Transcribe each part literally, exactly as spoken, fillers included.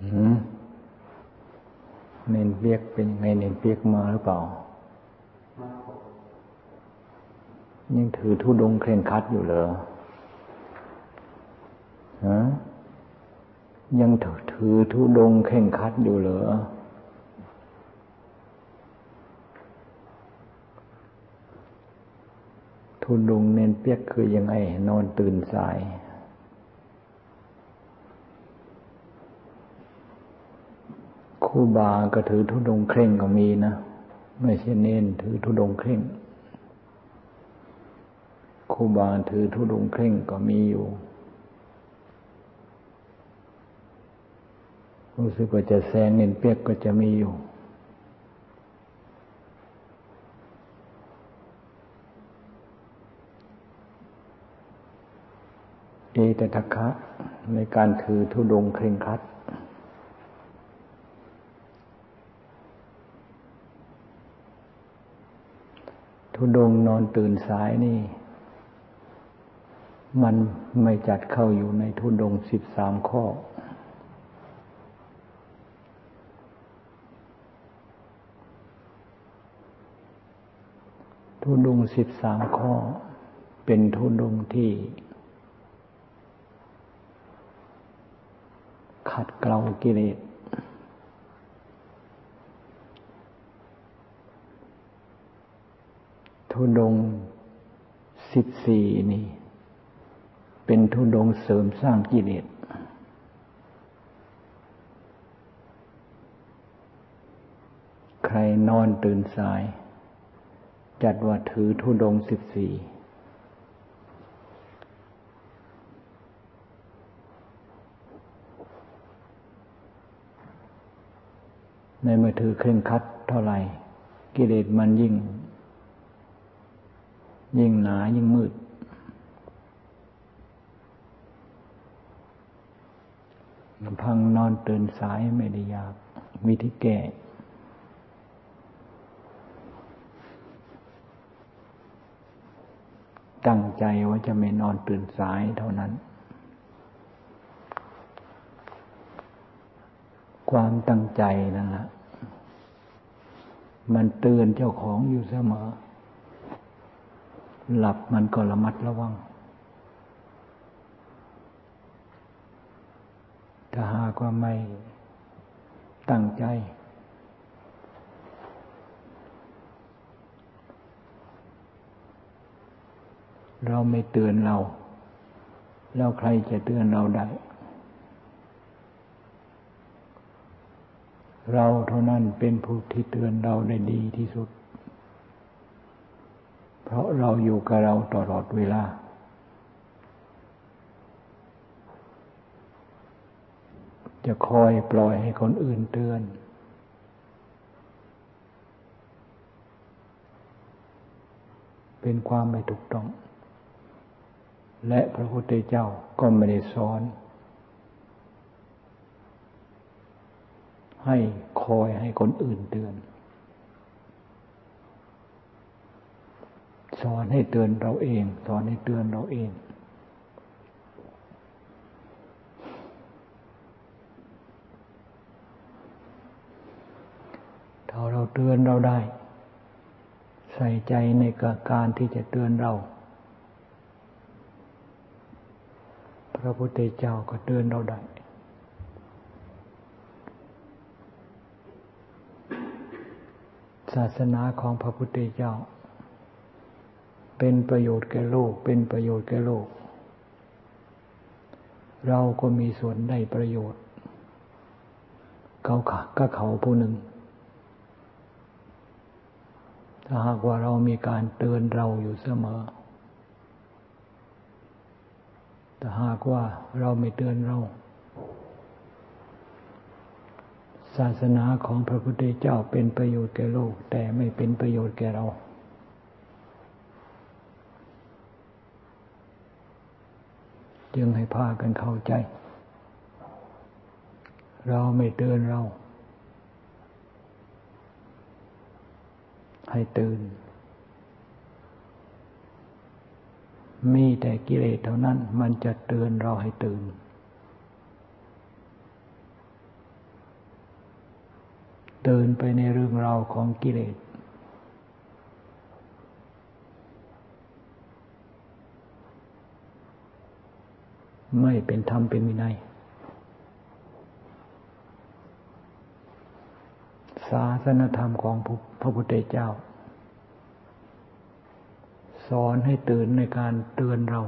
หืมเน้นเปียกเป็นยังไงเน้นเปียกมาหรือเปล่ายังถือธุดงค์เคร่งครัดอยู่เหรอฮะยังถือธุดงค์เคร่งครัดอยู่เหรอธุดงค์เน้นเปียกคือยังไงนอนตื่นสายครูบาก็ถือธุดงค์เคร่งก็มีนะไม่ใช่เน้นถือธุดงค์เคร่งครูบาถือธุดงค์เคร่งก็มีอยู่รู้สึกว่าจะแซงเน้นเปียกก็จะมีอยู่เอตทัคคะในการถือธุดงค์เคร่งครัดธุดงค์นอนตื่นสายนี่มันไม่จัดเข้าอยู่ในธุดงค์สิบสามข้อธุดงค์สิบสามข้อเป็นธุดงค์ที่ขัดเกลากิเลสธุดงค์สิบสี่นี่เป็นธุดงค์เสริมสร้างกิเลสใครนอนตื่นสายจัดว่าถือธุดงค์สิบสี่ในเมื่อถือเคร่งครัดเท่าไหร่กิเลสมันยิ่งยิ่งหนายิ่งมืดลำพังนอนตื่นสายไม่ได้ยากวิธีแก้ตั้งใจว่าจะไม่นอนตื่นสายเท่านั้นความตั้งใจนั่นแหละมันเตือนเจ้าของอยู่เสมอหลับมันก็ระมัดระวังถ้าหากว่าไม่ตั้งใจเราไม่เตือนเราแล้วใครจะเตือนเราได้เราเท่านั้นเป็นผู้ที่เตือนเราได้ดีที่สุดเพราะเราอยู่กับเราตลอดเวลาจะคอยปล่อยให้คนอื่นเตือนเป็นความไม่ถูกต้องและพระพุทธเจ้าก็ไม่ได้สอนให้คอยให้คนอื่นเตือนสอนให้เตือนเราเองสอนให้เตือนเราเองถ้าเราเตือนเราได้ใส่ใจในการที่จะเตือนเราพระพุทธเจ้าก็เตือนเราได้ศาสนาของพระพุทธเจ้าเป็นประโยชน์แก่โลกเป็นประโยชน์แก่โลกเราก็มีส่วนได้ประโยชน์เขาก็เขาผู้หนึ่งถ้าหากว่าเรามีการเตือนเราอยู่เสมอแต่หากว่าเราไม่เตือนเราศาสนาของพระพุทธเจ้าเป็นประโยชน์แก่โลกแต่ไม่เป็นประโยชน์แก่เราจึงให้พากันเข้าใจเราไม่เตือนเราให้ตื่นมีแต่กิเลสเท่านั้นมันจะเตือนเราให้ตื่นตื่นไปในเรื่องราวของกิเลสไม่เป็นธรรมเป็นวินัยศาสนธรรมของพระพุทธเจ้าสอนให้ตื่นในการเตือนเรา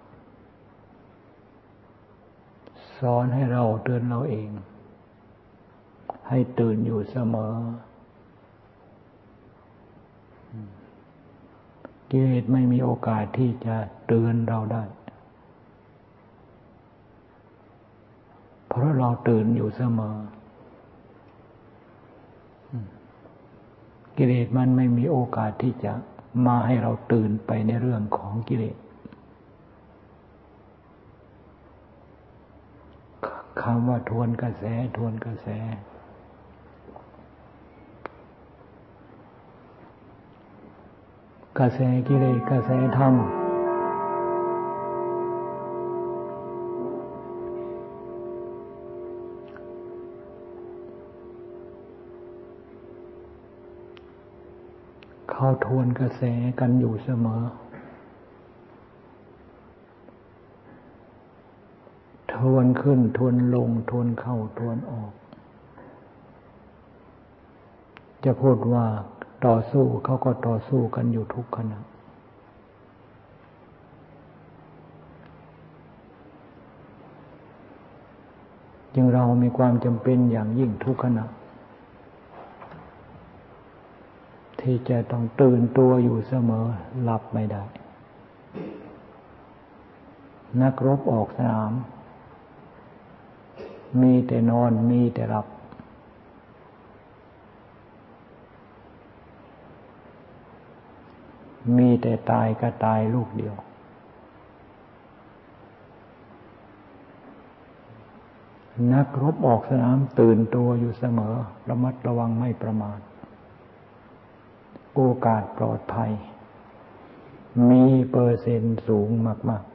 สอนให้เราเตือนเราเองให้ตื่นอยู่เสมอกิเลสไม่มีโอกาสที่จะเตือนเราได้เพราะเราตื่นอยู่เสมอกิเลสมันไม่มีโอกาสที่จะมาให้เราตื่นไปในเรื่องของกิเลสคำว่าทวนกระแสทวนกระแสกระแสกิเลสกระแสธรรมเขาทวนกระแสกันอยู่เสมอทวนขึ้นทวนลงทวนเข้าทวนออกจะพูดว่าต่อสู้เขาก็ต่อสู้กันอยู่ทุกขณะจึงเรามีความจำเป็นอย่างยิ่งทุกขณะที่จะต้องตื่นตัวอยู่เสมอหลับไม่ได้นักรบออกสนามมีแต่นอนมีแต่หลับมีแต่ตายก็ตายลูกเดียวนักรบออกสนามตื่นตัวอยู่เสมอระมัดระวังไม่ประมาทโอกาสปลอดภัยมีเปอร์เซ็นต์สูงมาก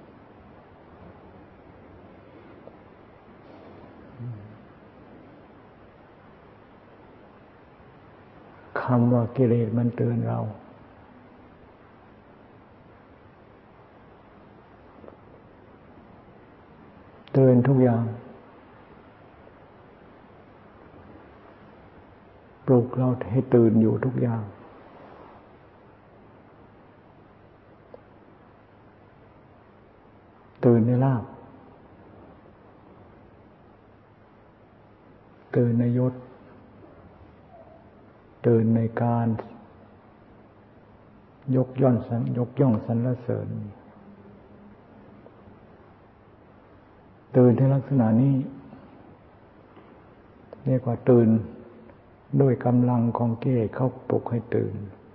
ๆคำว่ากิเลสมันเตือนเราเตือนทุกอย่างปลุกเราให้ตื่นอยู่ทุกอย่างตื่นในลาภตื่นในยศตื่นในการยกย่องสรรยกย่องสรรเสริญตื่นในลักษณะนี้เรียกว่าตื่นด้วยกำลังของกิเลสเข้าปลุกให้ตื่น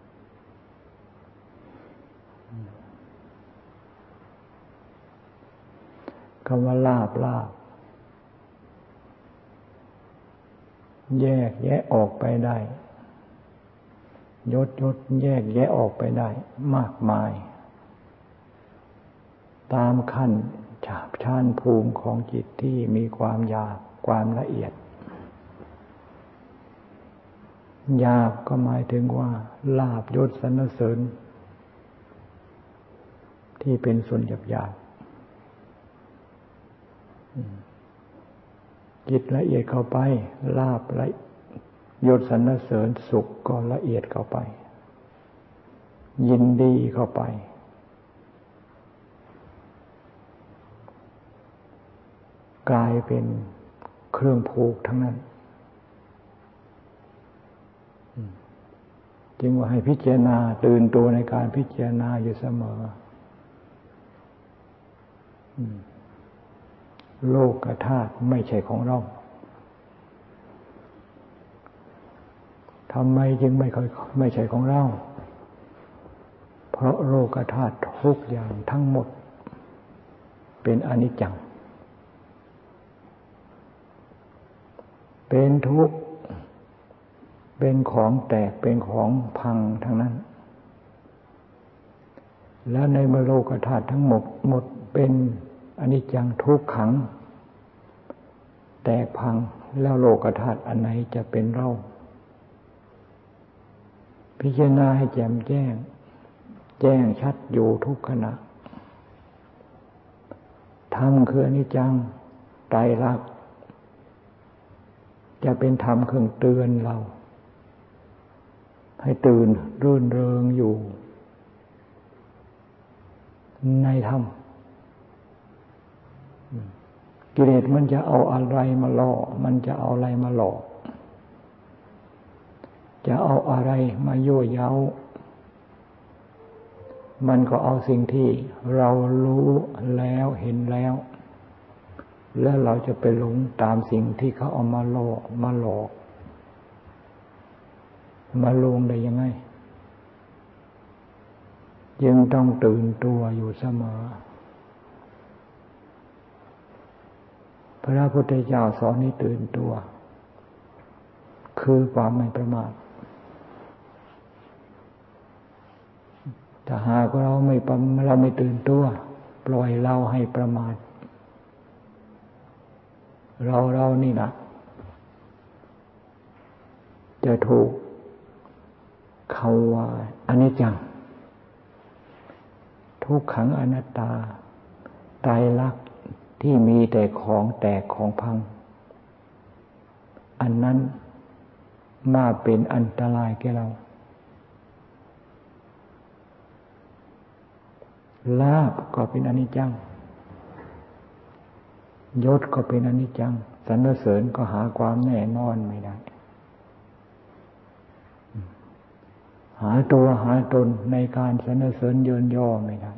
คำว่าลาภลาภแยกแยะออกไปได้ยศยศแยกแยะออกไปได้มากมายตามขั้นฉาบชั้นภูมิของจิตที่มีความหยาบความละเอียดหยาบก็หมายถึงว่าลาภยศสรรเสริญที่เป็นส่วนหยาบหยาบจิตละเอียดเข้าไปลาภละยศสรรเสริญสุขก็ละเอียดเข้าไปยินดีเข้าไปกลายเป็นเครื่องผูกทั้งนั้นจึงว่าให้พิจารณาตื่นตัวในการพิจารณาอยู่เสมอโลกธาตุไม่ใช่ของเราทำไมจึงไม่ค่อยไม่ใช่ของเราเพราะโลกธาตุทุกอย่างทั้งหมดเป็นอนิจจังเป็นทุกข์เป็นของแตกเป็นของพังทั้งนั้นและในโลกธาตุทั้งหมดหมดเป็นอนิจจังทุกขังแตกพังแล้วโลกธาตุอันไหนจะเป็นเราพิจารณาให้แจ่มแจ้งแจ้งชัดอยู่ทุกขณะธรรมคืออนิจจังไตรลักษณ์จะเป็นธรรมเครื่องเตือนเราให้ตื่นรื่นเริงอยู่ในธรรมกิเลสมันจะเอาอะไรมาล่อมันจะเอาอะไรมาหลอกจะเอาอะไรมายั่วเย้ามันก็เอาสิ่งที่เรารู้แล้วเห็นแล้วแล้วเราจะไปหลงตามสิ่งที่เขาเอามาล่อมาหลอกมาลวงได้ยังไงยังต้องตื่นตัวอยู่เสมอพระพุทธเจ้าสอนให้ตื่นตัวคือความไม่ประมาทถ้าหากเราไม่เราไม่ตื่นตัวปล่อยเราให้ประมาทเราเรานี่นะจะถูกเขาว่าอนิจจังทุกขังอนัตตาไตรลักษณ์ที่มีแต่ของแตกของพังอันนั้นมาเป็นอันตรายแก่เราลาภก็เป็นอนิจจังยศก็เป็นอนิจจังสรรเสริญก็หาความแน่นอนไม่ได้หาตัวหาตนในการสรรเสริญเยินย่อไม่ได้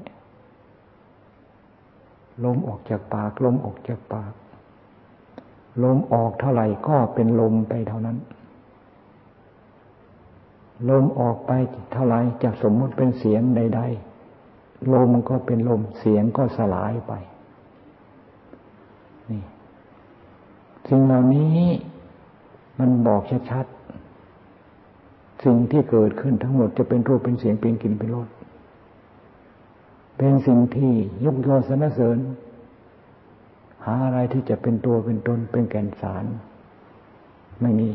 ลมออกจากปากลมออกจากปากลมออกเท่าไหร่ก็เป็นลมไปเท่านั้นลมออกไปเท่าไหร่จะสมมุติเป็นเสียงใดๆลมก็เป็นลมเสียงก็สลายไปนี่สิ่งเหล่านี้มันบอกชัดๆสิ่งที่เกิดขึ้นทั้งหมดจะเป็นรูปเป็นเสียงเป็นกลิ่นเป็นรสเป็นสิ่งที่ยกย่อสรรเสริญหาอะไรที่จะเป็นตัวเป็นตนเป็นแก่นสารไม่มี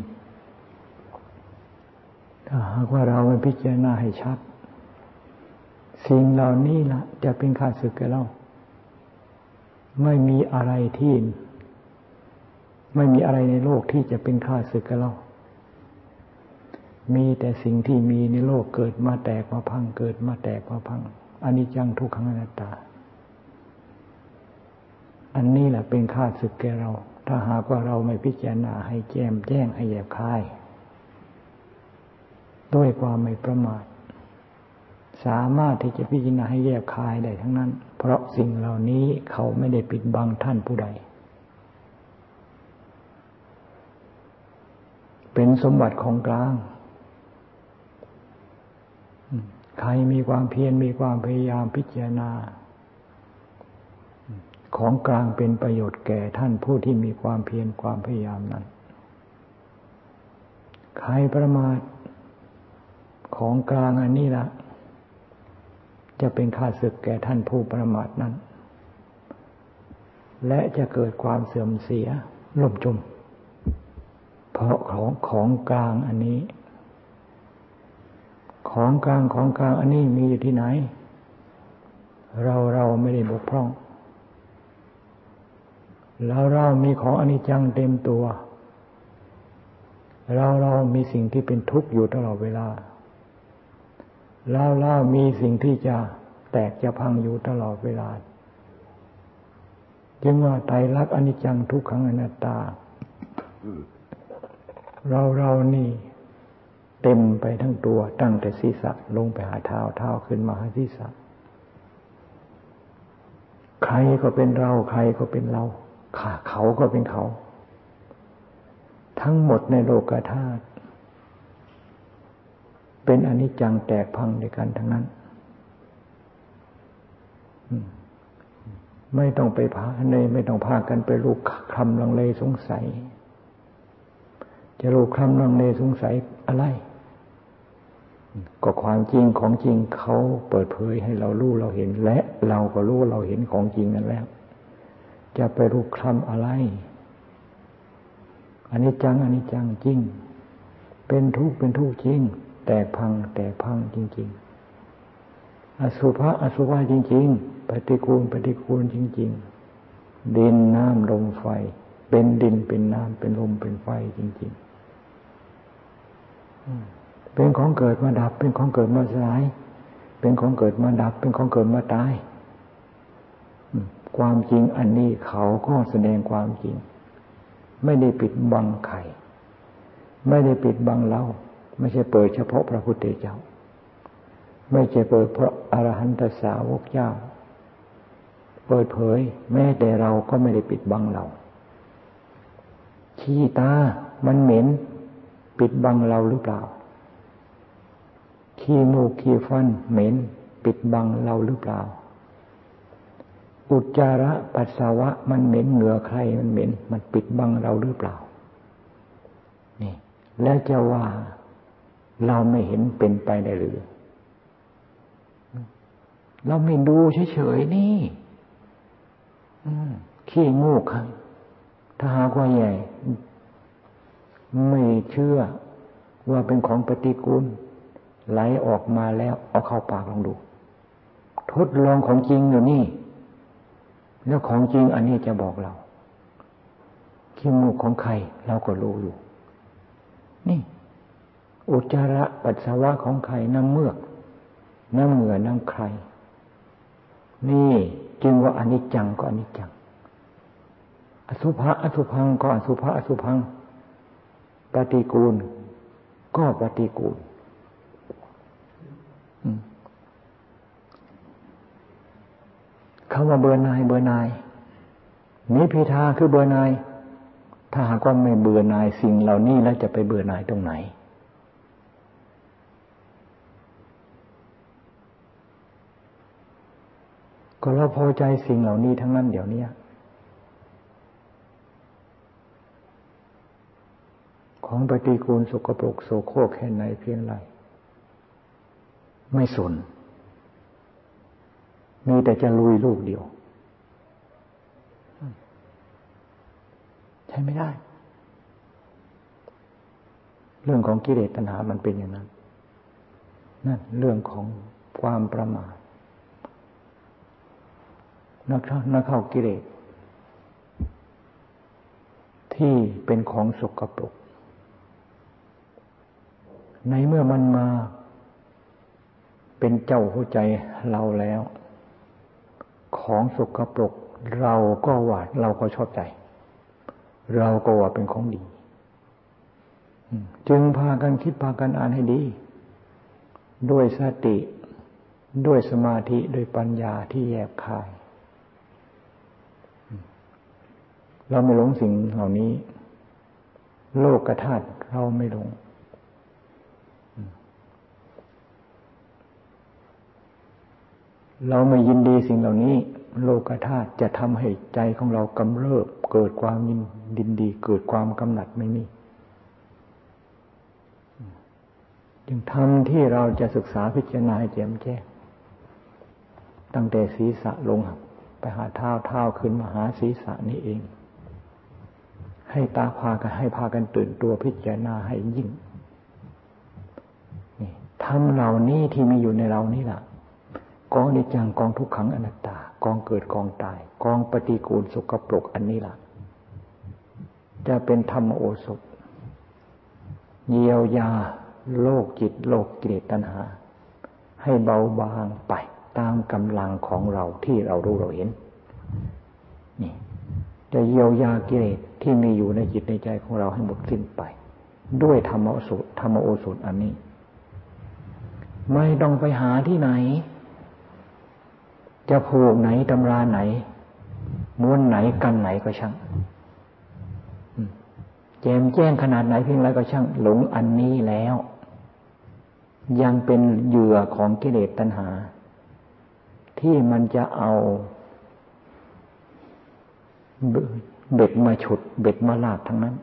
ถ้าหากว่าเราไม่พิจารณาให้ชัดสิ่งเหล่านี้ล่ะจะเป็นข้าศึกแก่เราไม่มีอะไรที่ไม่มีอะไรในโลกที่จะเป็นข้าศึกแก่เรามีแต่สิ่งที่มีในโลกเกิดมาแตกมาพังเกิดมาแตกมาพังอนิจจังทุกขังอนัตตาอันนี้แหละเป็นข้าศึกแก่เราถ้าหากว่าเราไม่พิจารณาให้แจ่มแจ้งให้แยบคายด้วยความไม่ประมาทสามารถที่จะพิจารณาให้แยบคายได้ทั้งนั้นเพราะสิ่งเหล่านี้เขาไม่ได้ปิดบังท่านผู้ใดเป็นสมบัติของกลางใครมีความเพียรมีความพยายามพิจารณาของกลางเป็นประโยชน์แก่ท่านผู้ที่มีความเพียรความพยายามนั้นใครประมาทของกลางอันนี้ละจะเป็นข้าศึกแก่ท่านผู้ประมาทนั้นและจะเกิดความเสื่อมเสียล่มจมเพราะของของกลางอันนี้ของกลางของกลางอันนี้มีอยู่ที่ไหนเราเราไม่ได้บกพร่องแล้วเรามีของอนิจจังเต็มตัวเราเรามีสิ่งที่เป็นทุกข์อยู่ตลอดเวลาเราเรามีสิ่งที่จะแตกจะพังอยู่ตลอดเวลาจึงว่าไตรลักษณ์อนิจจังทุกขังอนัตตาเราเรานี่เต็มไปทั้งตัวตั้งแต่ศีรษะลงไปหาเท้าเท้าขึ้นมาหาศีรษะใครก็เป็นเราใครก็เป็นเราเขาก็เป็นเขาทั้งหมดในโลกธาตุเป็นอนิจจังแตกพังด้วยกันทั้งนั้นไม่ต้องไปพาในไม่ต้องพากันไปลูกคลำลังเลสงสัยจะลูกคลำลังเลสงสัยอะไรก็ความจริงของจริงเขาเปิดเผยให้เรารู้เราเห็นและเราก็รู้เราเห็นของจริงนั่นแล้วจะไปลูกคลำอะไรอนิจจังอนิจจังจริงเป็นทุกข์เป็นทุกข์จริงแตกพังแตกพังจริงๆอสุภะอสุภะจริงๆปฏิกูลปฏิกูลจริงๆดินน้ำลมไฟเป็นดินเป็นน้ำเป็นลมเป็นไฟจริงๆเป็นของเกิดมาดับเป็นของเกิดมาสลายเป็นของเกิดมาดับเป็นของเกิดมาตายความจริงอันนี้เขาก็แสดงความจริงไม่ได้ปิดบังใครไม่ได้ปิดบังเราไม่ใช่เปิดเฉพาะพระพุทธเจ้าไม่ใช่เปิดพระอรหันตสาวกเจ้าเปิดเผยแม้แต่เราก็ไม่ได้ปิดบังเราขี้ตามันเหม็นปิดบังเราหรือเปล่าขี้มูกขี้ฟันเหม็นปิดบังเราหรือเปล่าอุจจาระปัสสาวะมันเหม็นเหงื่อใครมันเหม็นมันปิดบังเราหรือเปล่านี่แล้วจะว่าเราไม่เห็นเป็นไปได้หรือเราไม่ดูเฉยๆนี่ขี้มูกครับถ้าหากว่าใหญ่ไม่เชื่อว่าเป็นของปฏิกูลไหลออกมาแล้วเอาเข้าปากลองดูทดลองของจริงอยู่นี่แล้วของจริงอันนี้จะบอกเราขี้มูกของใครเราก็รู้อยู่นี่อุจจาระปัสสาวะของใครน้ำเมือกน้ำเหงื่อน้ำใครนี่จึงว่าอนิจจังก็อนิจจังอสุภะอสุภังก็อสุภะอสุภังปฏิกูลก็ปฏิกูลคำว่าเบื่อหน่ายเบื่อหน่ายนิพพิทาคือเบื่อหน่ายถ้าหากว่าไม่เบื่อหน่ายสิ่งเหล่านี้แล้วจะไปเบื่อหน่ายตรงไหนก็เราพอใจสิ่งเหล่านี้ทั้งนั้นเดี๋ยวนี้ของปฏิกูลสกปรกโสโครกแค่ไหนเพียงไรไม่สนมีแต่จะลุยลูกเดียวใช่ไม่ได้เรื่องของกิเลสตัณหามันเป็นอย่างนั้นนั่นเรื่องของความประมาทนักนักเข้ากิเลสที่เป็นของสกปรกในเมื่อมันมาเป็นเจ้าหัวใจเราแล้วของสกปรกเราก็ว่าเราก็ชอบใจเราก็ว่าเป็นของดีจึงพากันคิดพากันอ่านให้ดีด้วยสติด้วยสมาธิด้วยปัญญาที่แยบคายเราไม่หลงสิ่งเหล่านี้โลกธาตุเราไม่หลงเราไม่ยินดีสิ่งเหล่านี้โลกธาตุจะทำให้ใจของเรากำเริบเกิดความยินดีเกิดความกำหนัดไม่มีจึงทำที่เราจะศึกษาพิจารณาให้แจ่มแจ้งตั้งแต่ศีรษะลงไปหาเท้าเท้าขึ้นมาหาศีรษะนี้เองให้ตาพากันให้พากันตื่นตัวพิจารณาให้ยิ่งนี่ทำเหล่านี้ที่มีอยู่ในเรานี่แหละกองอนิจจังกองทุกขังอนัตตากองเกิดกองตายกองปฏิกูลสกปรกอันนี้ล่ะจะเป็นธรรมโอสถเยียวยาโลกจิตโลกกิเลสตัณหาให้เบาบางไปตามกำลังของเราที่เรารู้เราเห็นนี่จะเยียวยากิเลสที่มีอยู่ในจิตในใจของเราให้หมดสิ้นไปด้วยธรรมโอสถธรรมโอสถอันนี้ไม่ต้องไปหาที่ไหนจะผูกไหนตำราไหนม้วนไหนกันไหนก็ช่างแจ่มแจ้งขนาดไหนเพียงไรก็ช่างหลงอันนี้แล้วยังเป็นเหยื่อของกิเลสตัณหาที่มันจะเอาเบ็ดมาฉุดเบ็ดมาลากทั้งนั้น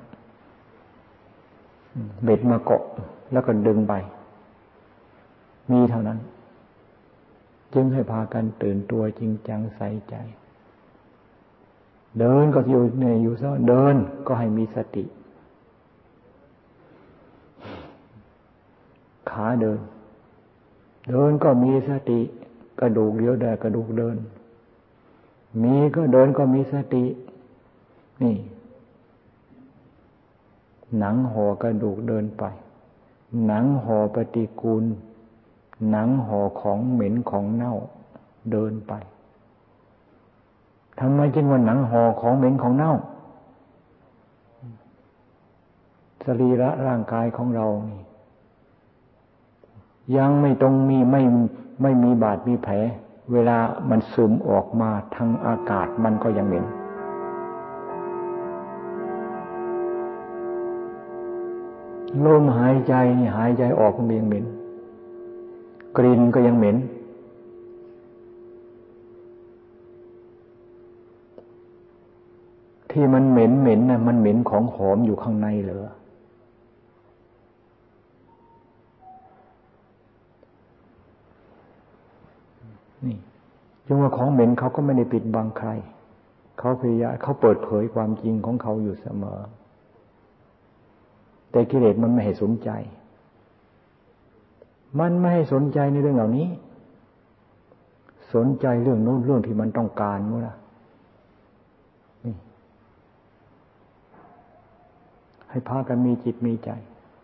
เบ็ดมาเกาะแล้วก็ดึงไปมีเท่านั้นจึงให้พากันตื่นตัวจริงจังใส่ใจเดินก็อยู่เนี่ยอยู่ซะเดินก็ให้มีสติคขาเดินเดินก็มีสติกระดูกเดียวได้กระดูกเดินมีก็เดินก็มีสตินี่หนังห่อกระดูกเดินไปหนังห่อปฏิกูลหนังห่อของเหม็นของเน่าเดินไปทำไมจึงว่าหนังห่อของเหม็นของเน่าสรีระร่างกายของเรานี่ยังไม่ต้องมีไม่ไม่มีบาดมีแผลเวลามันซึมออกมาทางอากาศมันก็ยังเหม็นลมหายใจนี่หายใจออกมันยังเหม็นกลิ่นก็ยังเหม็นที่มันเหม็นเหม็นน่ะมันเหม็นของหอมอยู่ข้างในเหรอนี่จึงว่าของเหม็นเขาก็ไม่ได้ปิดบังใครเขาพยายามเขาเปิดเผยความจริงของเขาอยู่เสมอแต่กิเลสมันไม่ให้สนใจมันไม่ให้สนใจในเรื่องเหล่านี้สนใจเรื่องโน้นเรื่องที่มันต้องการนู้นล่ะนี่ให้พากันมีจิตมีใจ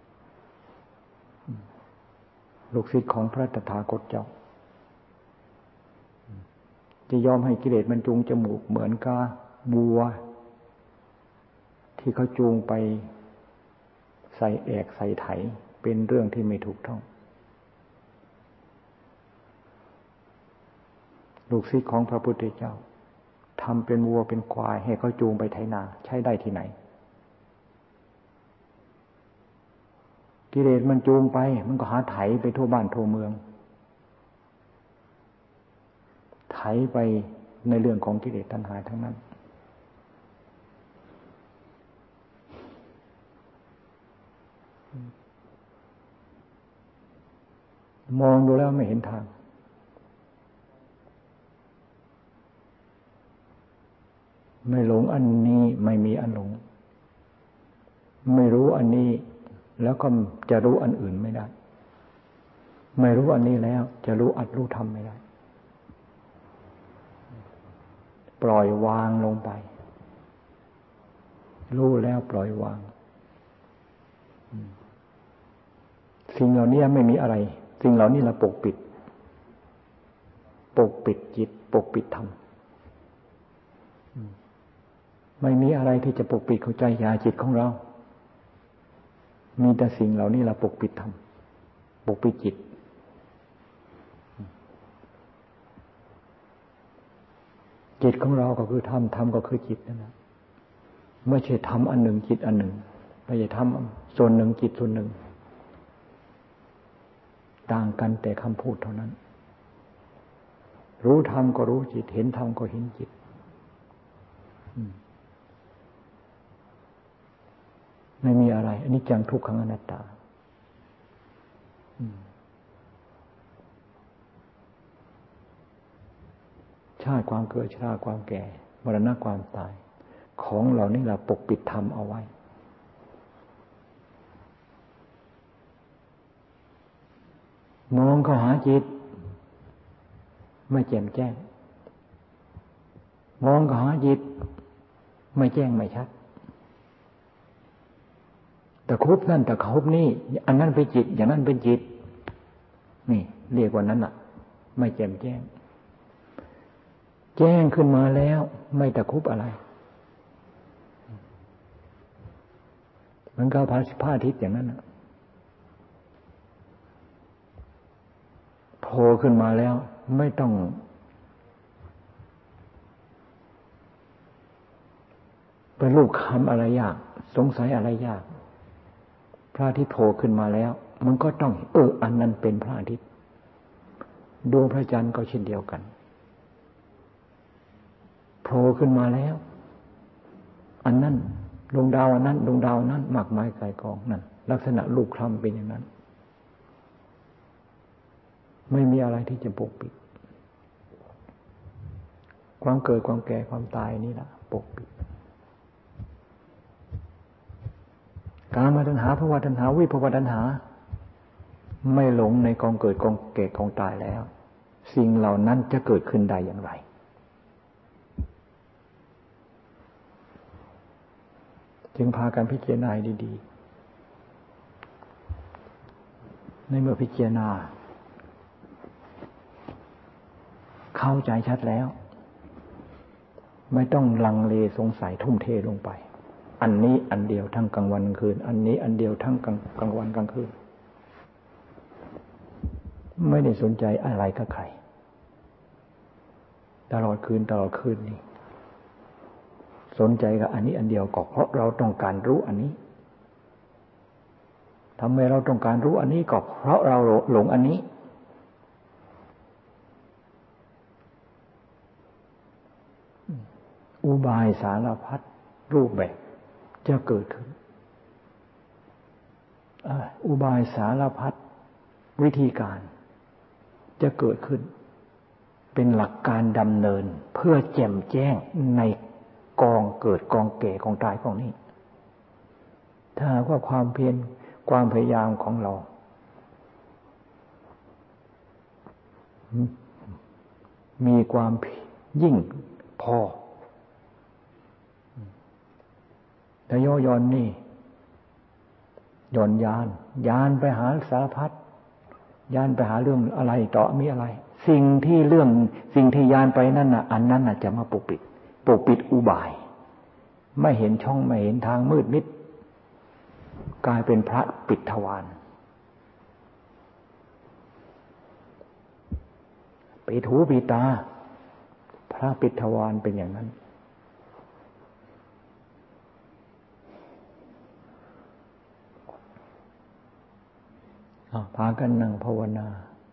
ลูกศิษย์ของพระตถาคตเจ้าจะยอมให้กิเลสมันจูงจมูกเหมือนกับบัวที่เขาจูงไปใส่แอกใส่ไถเป็นเรื่องที่ไม่ถูกต้องลูกศิษย์ของพระพุทธเจ้าทำเป็นวัวเป็นควายให้เขาจูงไปไถนาใช้ได้ที่ไหนกิเลสมันจูงไปมันก็หาไถไปทั่วบ้านทั่วเมืองไถไปในเรื่องของกิเลสตัณหาทั้งนั้นมองดูแล้วไม่เห็นทางไม่หลงอันนี้ไม่มีอันหลงไม่รู้อันนี้แล้วก็จะรู้อันอื่นไม่ได้ไม่รู้อันนี้แล้วจะรู้อัดรู้ทำไม่ได้ปล่อยวางลงไปรู้แล้วปล่อยวางสิ่งเหล่านี้ไม่มีอะไรสิ่งเหล่านี้เราปกปิดปกปิดจิตปกปิดธรรมไม่มีอะไรที่จะปกปิดเข้าใจญาจิตของเรามีแต่สิ่งเหล่านี้เราปกปิดธรรมปกปิดจิตจิตของเราก็คือธรรมธรรมก็คือจิตนั่นแหละไม่ใช่ธรรมอันหนึ่งจิตอันหนึ่งไม่ใช่ธรรมส่วนหนึ่งจิตส่วนหนึ่งต่างกันแต่คำพูดเท่านั้นรู้ธรรมก็รู้จิตเห็นธรรมก็เห็นจิตไม่มีอะไรอันนี้จังทุกขังอนัตตาชาติความเกิดชราความแก่มรณะความตายของเหล่านี้เราปกปิดธรรมเอาไว้มองเข้าหาจิตไม่แจ่มแจ้งมองเข้าหาจิตไม่แจ้งไม่ชัดแต่ครบนั่นแต่ครบนี่อันนั้นเป็นจิตอย่างนั้นเป็นจิตนี่เรียกว่านั้นน่ะไม่แจ่มแจ้งแจ้งขึ้นมาแล้วไม่ตะคุบอะไรมันก็พระอาทิตย์อย่างนั้นน่ะโผล่ขึ้นมาแล้วไม่ต้องเป็นรูปคำอะไรยากสงสัยอะไรยากพระอาทิตย์โผล่ขึ้นมาแล้วมันก็ต้องเอออันนั้นเป็นพระอาทิตย์ดวงพระจันทร์ก็เช่นเดียวกันโผล่ขึ้นมาแล้วอันนั้นดวงดาวอันนั้นดวงดาวนั้นมากมายกายกองนั่นลักษณะรูปคลำเป็นอย่างนั้นไม่มีอะไรที่จะปกปิดความเกิดความแก่ความตายนี่แหละปกปิดกามตัณหาภวตัณหาวิภวตัณหาไม่หลงในกองเกิดกองแก่กองตายแล้วสิ่งเหล่านั้นจะเกิดขึ้นได้อย่างไรจึงพากันพิจารณาดีๆในเมื่อพิจารณาเข้าใจชัดแล้วไม่ต้องลังเลสงสัยทุ่มเทลงไปอันนี้อันเดียวทั้งกลางวันกลางคืนอันนี้อันเดียวทั้งกลางกลางวันกลางคืนไม่ได้สนใจอะไรกับใครตลอดคืนตลอดคืนนี่สนใจกับอันนี้อันเดียวก็เพราะเราต้องการรู้อันนี้ทำไมเราต้องการรู้อันนี้ก็เพราะเราหลงอันนี้อุบายสารพัดรูปแบบจะเกิดขึ้นอุบายสารพัดวิธีการจะเกิดขึ้นเป็นหลักการดำเนินเพื่อแจ่มแจ้งในกองเกิดกองแก่กองตายของนี้ถ้าว่าความเพียรความพยายามของเรามีความยิ่งพอแต่ย่อหย่อนนี่หย่อนยานยานไปหาสารพัดยานไปหาเรื่องอะไรต่อมีอะไรสิ่งที่เรื่องสิ่งที่ยานไปนั่นน่ะอันนั้นน่ะจะมาปกปิดปกปิดอุบายไม่เห็นช่องไม่เห็นทางมืดมิดกลายเป็นพระปิดทวารปิดหูปิดตาพระปิดทวารเป็นอย่างนั้นพากันนั่งภาวนา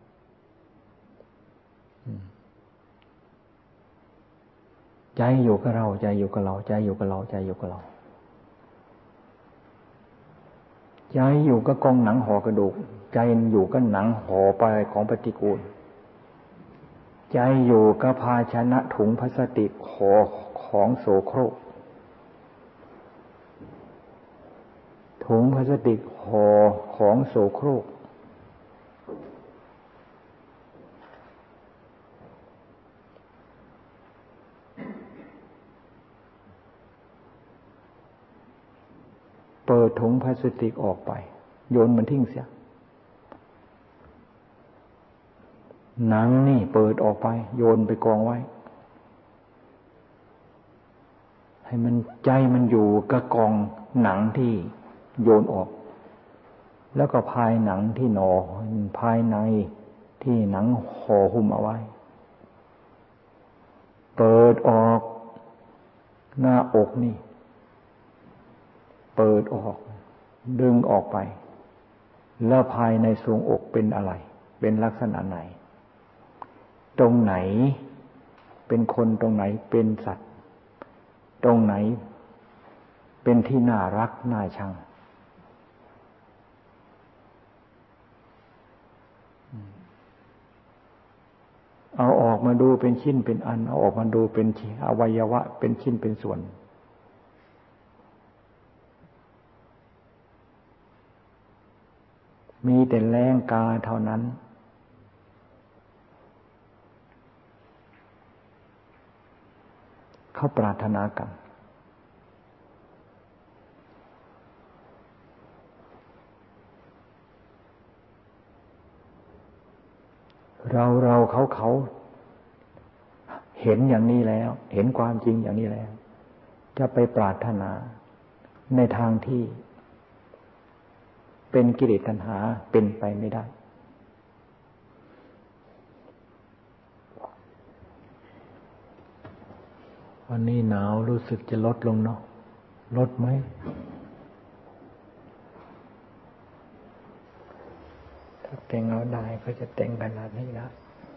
ใจอยู่กับเราใจอยู่กับเราใจอยู่กับเราใจอยู่กับเราใจอยู่กับกองหนังห่อกระดูกใจอยู่กับหนังห่อไปของปฏิกูลใจอยู่กับภาชนะถุงพลาสติกห่อของโสโครกถุงพลาสติกห่อของโสโครกเปิดถุงพลาสติกออกไปโยนมันทิ้งเสียหนังนี่เปิดออกไปโยนไปกองไว้ให้มันใจมันอยู่กับกองหนังที่โยนออกแล้วก็ภายหนังที่หนอภายในที่หนังห่อหุ้มเอาไว้เปิดออกหน้าอกนี่เปิดออกดึงออกไปแล้วภายในทรวงอกเป็นอะไรเป็นลักษณะไหนตรงไหนเป็นคนตรงไหนเป็นสัตว์ตรงไหนเป็นที่น่ารักน่าชังเอาออกมาดูเป็นชิ้นเป็นอันเอาออกมาดูเป็นอวัยวะเป็นชิ้นเป็นส่วนมีแต่แรงกาเท่านั้นเขาปรารถนากันเราเราเขาเขาเห็นอย่างนี้แล้วเห็นความจริงอย่างนี้แล้วจะไปปรารถนาในทางที่เป็นกิเลสตัณหาเป็นไปไม่ได้วันนี้หนาวรู้สึกจะลดลงเนาะลดไหมถ้าแต่งเอาได้ก็จะแต่งขนาดนี้นะ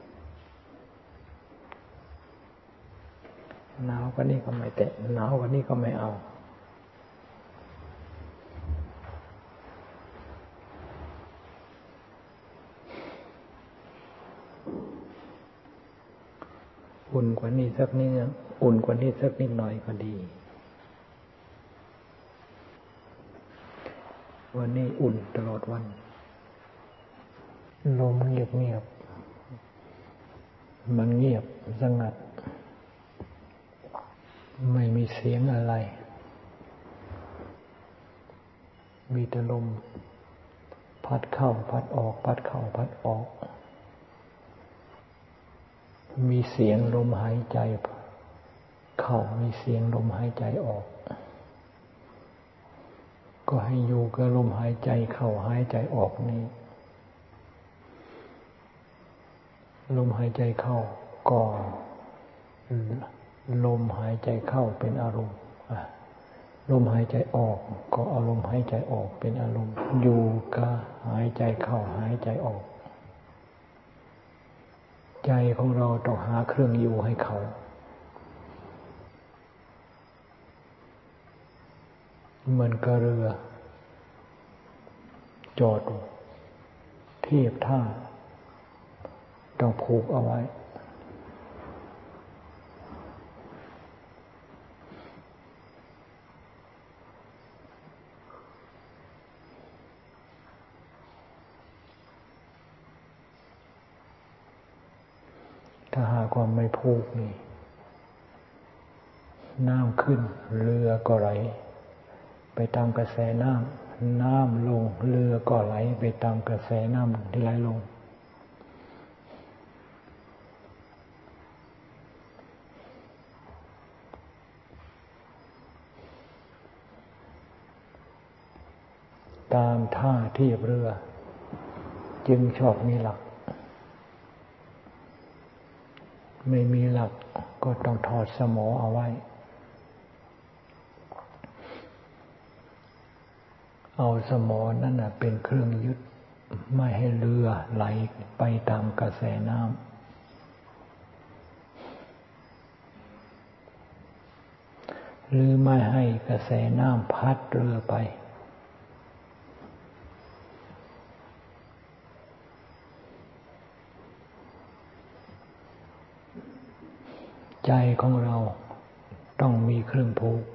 หนาวกว่านี้ก็ไม่แต่งหนาวกว่านี้ก็ไม่เอาอุ่นกว่านี้สักนิดอุ่นกว่านี้สักนิดหน่อยก็ดีวันนี้อุ่นตลอดวันลมเงียบเงียบมันเงียบสงัดไม่มีเสียงอะไรมีแต่ลมพัดเข้าพัดออกพัดเข้าพัดออกมีเสียงลมหายใจเข้ามีเสียงลมหายใจออกก็ให้อยู่กับลมหายใจเข้าหายใจออกนี้ลมหายใจเข้าก็ลมหายใจเข้าเป็นอารมณ์ลมหายใจออกก็อารมณ์หายใจออกเป็นอารมณ์อยู่กับหายใจเข้าหายใจออกใจของเราต้องหาเครื่องอยู่ให้เขาเหมือนกับเรือจอดเทียบท่าต้องผูกเอาไว้ถ้าหากว่าไม่ผูกนี่น้ำขึ้นเรือก็ไหลไปตามกระแสน้ำน้ำลงเรือก็ไหลไปตามกระแสน้ำที่ไหลลงตามท่าเทียบเรือจึงชอบมีหลักไม่มีหลักก็ต้องถอดสมอเอาไว้เอาสมอนั่นน่ะเป็นเครื่องยึดไม่ให้เรือไหลไปตามกระแสน้ำหรือไม่ให้กระแสน้ำพัดเรือไปใจของเราต้องมีเครื่องผูก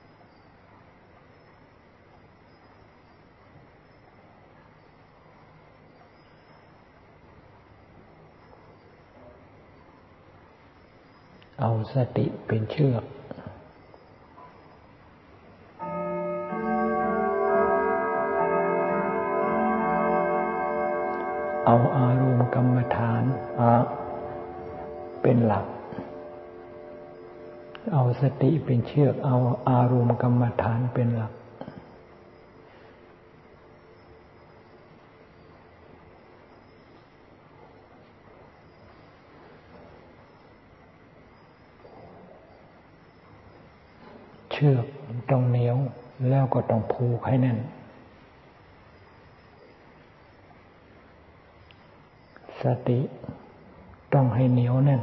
เอาสติเป็นเชือกเอาอารมณ์กรรมฐานเป็นหลักเอาสติเป็นเชือกเอาอารมณ์กรรมฐานเป็นหลักเชือกต้องเหนียวแล้วก็ต้องผูกให้แน่นสติต้องให้เหนียวแน่น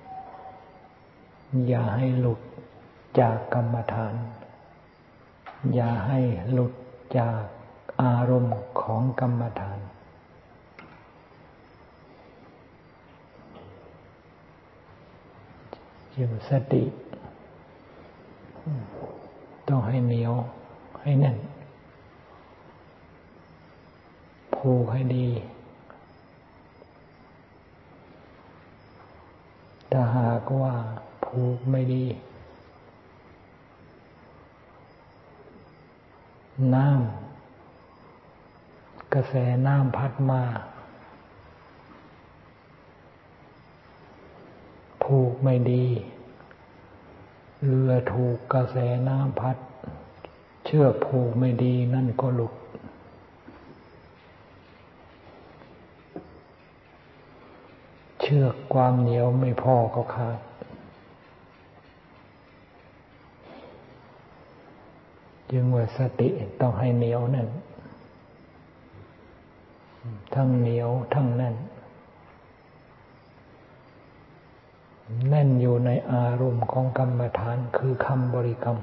อย่าให้หลุดจากกรรมฐานอย่าให้หลุดจากอารมณ์ของกรรมฐานจึงสติต้องให้เหนียวให้แน่นผูกให้ดีถ้าหากว่าผูกไม่ดีน้ำกระแสน้ำพัดมาผูกไม่ดีเรือถูกกระแสน้ำพัดเชือกผูกไม่ดีนั่นก็หลุดเชือกความเหนียวไม่พอก็ขาดจึงว่าสติต้องให้เหนียวแน่นทั้งเหนียวทั้งแน่นแน่นอยู่ในอารมณ์ของกรรมฐานคือคำบริกรรม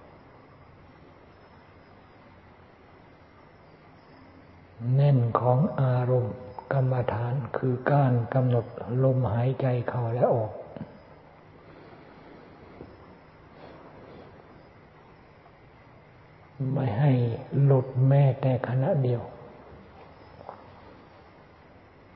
แน่นของอารมณ์กรรมฐานคือการกำหนดลมหายใจเข้าและออกไม่ให้หลุดแม้แต่ขณะเดียว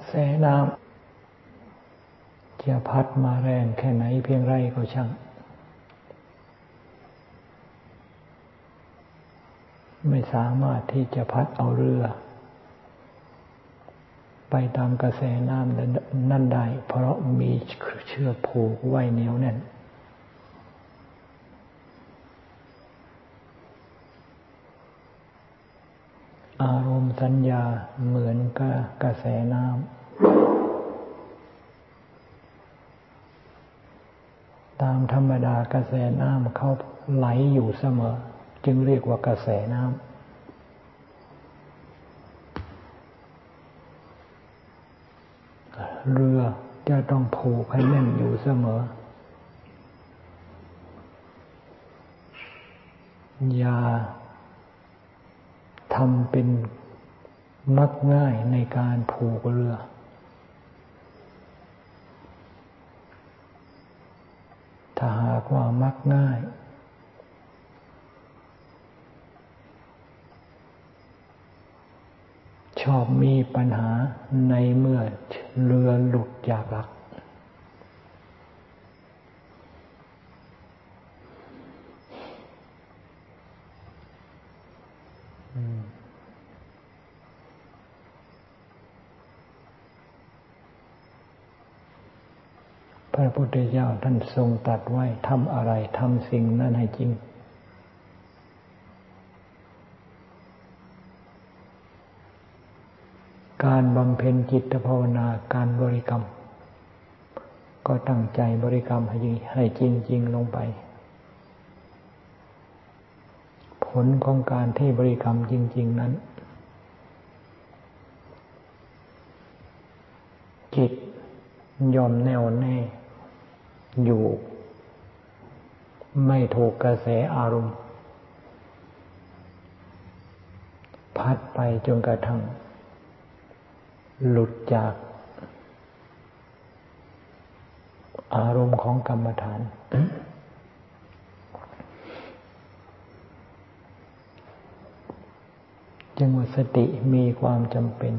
แสน้ำจะพัดมาแรงแค่ไหนเพียงไรก็ช่างไม่สามารถที่จะพัดเอาเรือไปตามกระแสน้ำนั่นได้เพราะมีเชือกผูกไว้เหนียวแน่นอารมณ์สัญญาเหมือนกับกระแสน้ำตามธรรมดากระแสน้ำเขาไหลอยู่เสมอจึงเรียกว่ากระแสน้ำเรือจะต้องผูกให้แน่นอยู่เสมออย่าทำเป็นมักง่ายในการผูกเรือถ้าหากว่ามักง่ายชอบมีปัญหาในเมื่อเรือหลุดจากหลักพระพุทธเจ้าท่านทรงตรัสไว้ทำอะไรทำสิ่งนั้นให้จริงการบำเพ็ญจิตภาวนาการบริกรรมก็ตั้งใจบริกรรมให้ให้จริงๆลงไปผลของการที่บริกรรมจริงๆนั้นจิตยอมแน่วแน่อยู่ไม่ถูกกระแสอารมณ์พัดไปจนกระทั่งหลุดจากอารมณ์ของกรรมฐานจึงว่าสติมีความจำเป็น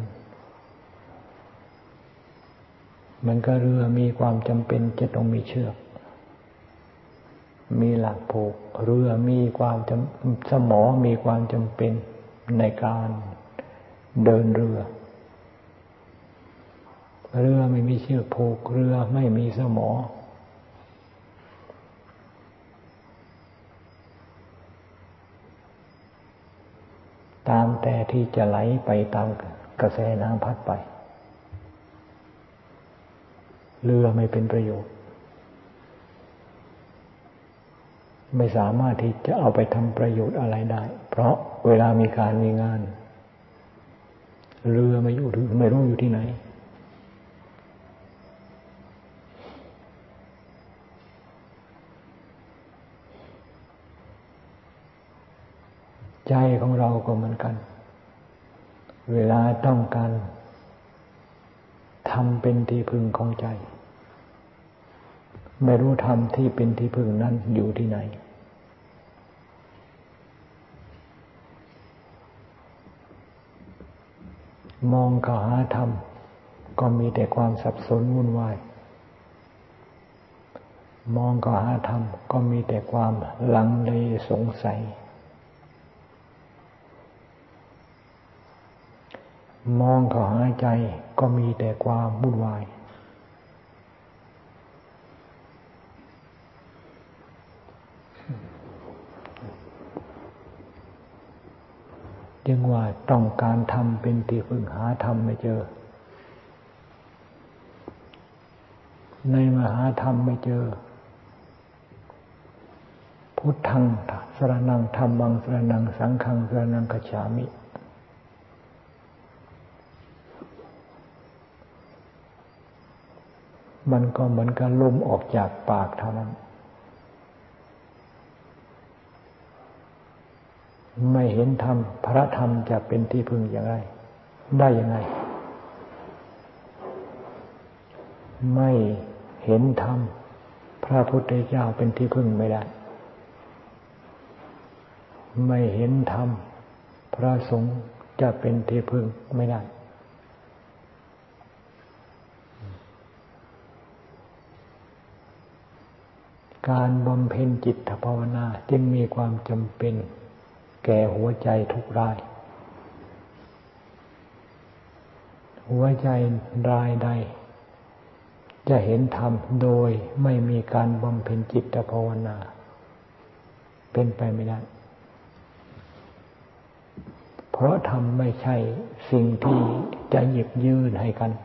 เหมือนกับเรือมีความจำเป็นจะต้องมีเชือกมีหลักผูกเรือมีความจำสมอมีความจำเป็นในการเดินเรือเรือไม่มีเชือกผูกเรือไม่มีสมอตามแต่ที่จะไหลไปตามกระแสน้ำพัดไปเรือไม่เป็นประโยชน์ไม่สามารถที่จะเอาไปทำประโยชน์อะไรได้เพราะเวลามีการมีงานเรือไม่อยู่ไม่รู้อยู่ที่ไหนใจของเราก็เหมือนกันเวลาต้องการทำเป็นที่พึ่งของใจไม่รู้ธรรมที่เป็นที่พึ่งนั้นอยู่ที่ไหนมองเข้าหาธรรมก็มีแต่ความสับสนวุ่นวายมองเข้าหาธรรมก็มีแต่ความลังเลสงสัยมองเข้าหาใจก็มีแต่ความวุ่นวายจึงว่าต้องการทำเป็นที่พึ่งหาธรรมไม่เจอในมหาธรรมไม่เจอพุทธังสรณังธัมมังสรณังสังฆังสรณังคัจฉามิมันก็เหมือนกับลมออกจากปากเท่านั้นไม่เห็นธรรมพระธรรมจะเป็นที่พึ่งอย่างไรได้ยังไงไม่เห็นธรรมพระพุทธเจ้าเป็นที่พึ่งไม่ได้ไม่เห็นธรรมพระสงฆ์จะเป็นที่พึ่งไม่ได้การบำเพ็ญจิตภาวนาจึงมีความจำเป็นแก่หัวใจทุกรายหัวใจรายใดจะเห็นธรรมโดยไม่มีการบำเพ็ญจิตภาวนาเป็นไปไม่ได้เพราะธรรมไม่ใช่สิ่งที่จะหยิบยื่นให้กัน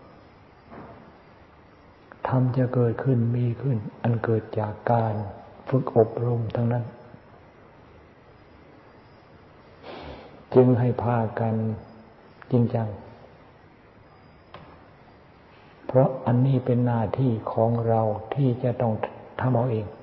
ธรรมจะเกิดขึ้นมีขึ้นอันเกิดจากการฝึกอบรมทั้งนั้นจึงให้พากันจริงจังเพราะอันนี้เป็นหน้าที่ของเราที่จะต้องทำเอาเอง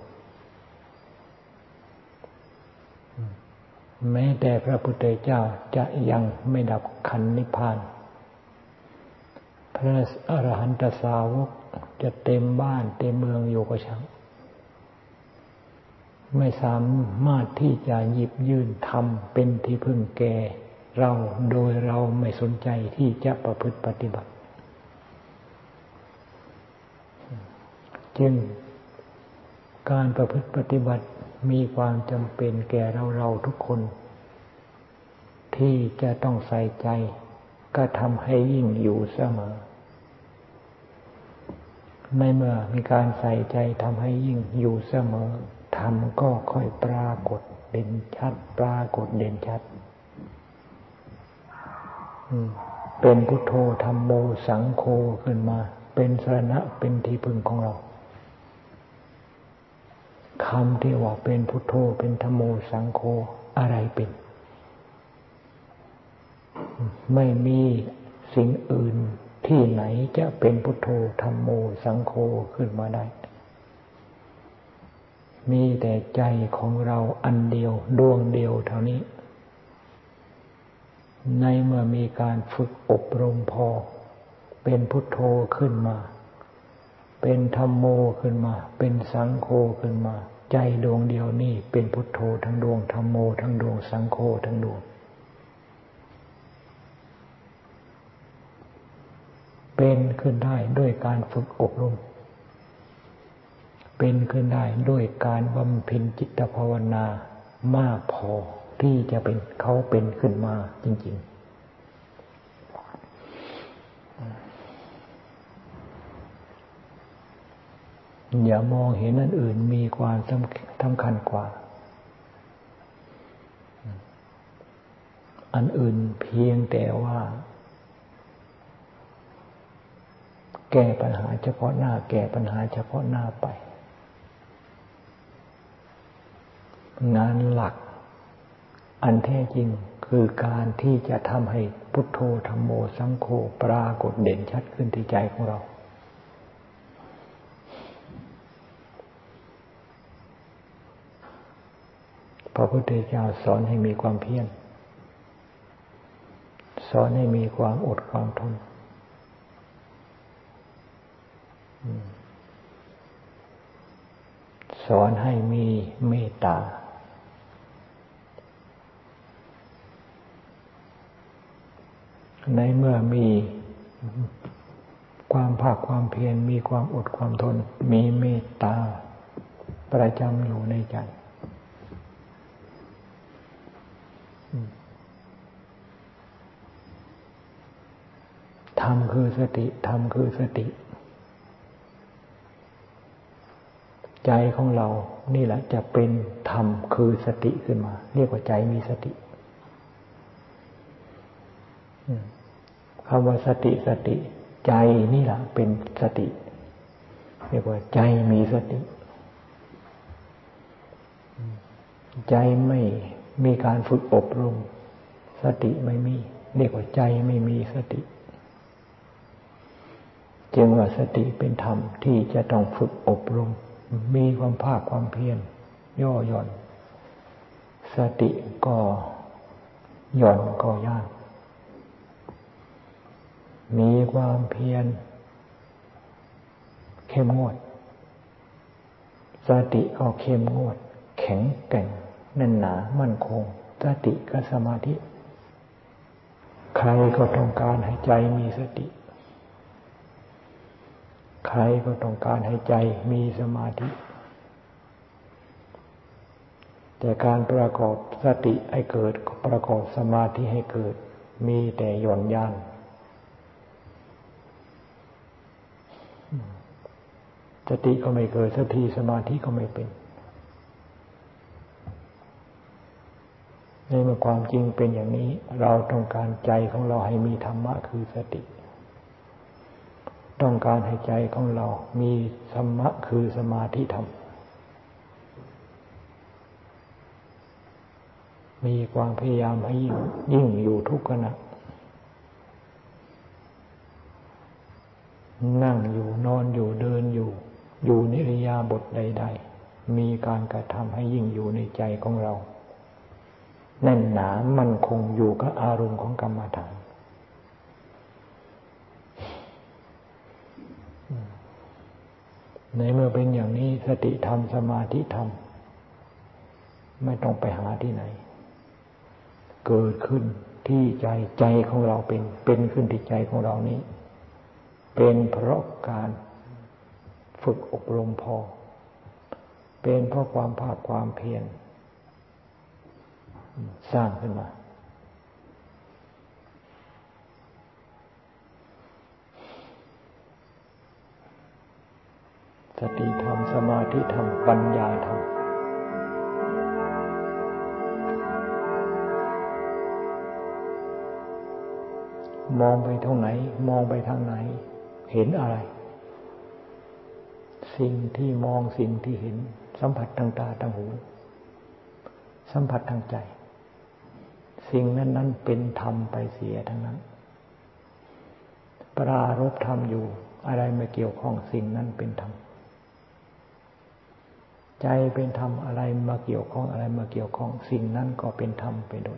แม้แต่พระพุทธเจ้าจะยังไม่ดับขันธ์นิพพานพระอรหันตสาวกจะเต็มบ้านเต็มเมืองอยู่ก็ช่างไม่สามารถที่จะหยิบยื่นธรรมเป็นที่พึ่งแก่เราโดยเราไม่สนใจที่จะประพฤติปฏิบัติจึงการประพฤติปฏิบัติมีความจำเป็นแก่เราเราทุกคนที่จะต้องใส่ใจก็ทำให้ยิ่งอยู่เสมอในเมื่อมีการใส่ใจทำให้ยิ่งอยู่เสมอธรรมก็ค่อยปรากฏเด่นชัดปรากฏเด่นชัดเป็นพุทโธธัมโมสังโฆขึ้นมาเป็นสรณะเป็นที่พึ่งของเราคำที่ว่าเป็นพุทโธเป็นธัมโมสังโฆอะไรเป็นไม่มีสิ่งอื่นที่ไหนจะเป็นพุทโธธัมโมสังโฆขึ้นมาได้มีแต่ใจของเราอันเดียวดวงเดียวเท่านี้ในเมื่อมีการฝึกอบรมพอเป็นพุทโธขึ้นมาเป็นธัมโมขึ้นมาเป็นสังโฆขึ้นมาใจดวงเดียวนี่เป็นพุทโธทั้งดวงธัมโมทั้งดวงสังโฆทั้งดวงเป็นขึ้นได้ด้วยการฝึกอบรมเป็นขึ้นได้ด้วยการบำเพ็ญจิตภาวนามากพอที่จะเป็นเขาเป็นขึ้นมาจริงๆอย่ามองเห็นอันอื่นมีความสำคัญกว่าอันอื่นเพียงแต่ว่าแก้ปัญหาเฉพาะหน้าแก้ปัญหาเฉพาะหน้าไปงานหลักอันแท้จริงคือการที่จะทำให้พุทโธธัมโมสังโฆปรากฏเด่นชัดขึ้นที่ใจของเราพระพุทธเจ้าสอนให้มีความเพียรสอนให้มีความอดความทนสอนให้มีเมตตาในเมื่อมีความภาคความเพียรมีความอดความทนมีเมตตาประจำอยู่ในใจธรรมคือสติธรรมคือสติใจของเรานี่แหละจะเป็นธรรมคือสติขึ้นมาเรียกว่าใจมีสติคำว่าสติสติใจนี่แหละเป็นสติเรียกว่าใจมีสติใจไม่มีการฝึกอบรมสติไม่มีเรียกว่าใจไม่มีสติจึงว่าสติเป็นธรรมที่จะต้องฝึกอบรมมีความภาคความเพียรย่อหย่อนสติก็หย่อนก็ยากมีความเพียรเข้มงวดสติก็เข้มงวดแข็งแกร่งแน่นหนามั่นคงสติกับสมาธิใครก็ต้องการให้ใจมีสติใครก็ต้องการให้ใจมีสมาธิแต่การประกอบสติให้เกิดประกอบสมาธิให้เกิดมีแต่หย่อนยานสติก็ไม่เกิดสักทีสมาธิก็ไม่เป็นในเมื่อความจริงเป็นอย่างนี้เราต้องการใจของเราให้มีธรรมะคือสติต้องการให้ใจของเรามีธรรมะคือสมาธิธรรมมีความพยายามให้ยิ่งยิ่งอยู่ทุกขณะนั่งอยู่นอนอยู่เดินอยู่อยู่ในอิริยาบถใดๆมีการกระทำให้ยิ่งอยู่ในใจของเราแน่นหนามั่นคงอยู่กับอารมณ์ของกรรมฐานในเมื่อเป็นอย่างนี้สติธรรมสมาธิธรรมไม่ต้องไปหาที่ไหนเกิดขึ้นที่ใจใจของเราเป็นเป็นขึ้นที่ใจของเรานี้เป็นเพราะการฝึกอบรมพอเป็นเพราะความภาคความเพียรสร้างขึ้นมาสติธรรมสมาธิธรรมปัญญาธรรมมองไปทางไหนมองไปทางไหนเห็นอะไรสิ่งที่มองสิ่งที่เห็นสัมผัสทางตาทางหูสัมผัสทางใจสิ่งนั้นนั้นเป็นธรรมไปเสียทั้งนั้นปรารภธรรมอยู่อะไรไม่เกี่ยวข้องสิ่งนั้นเป็นธรรมใจเป็นธรรมอะไรมาเกี่ยวข้องอะไรมาเกี่ยวข้องสิ่งนั้นก็เป็นธรรมไปด้วย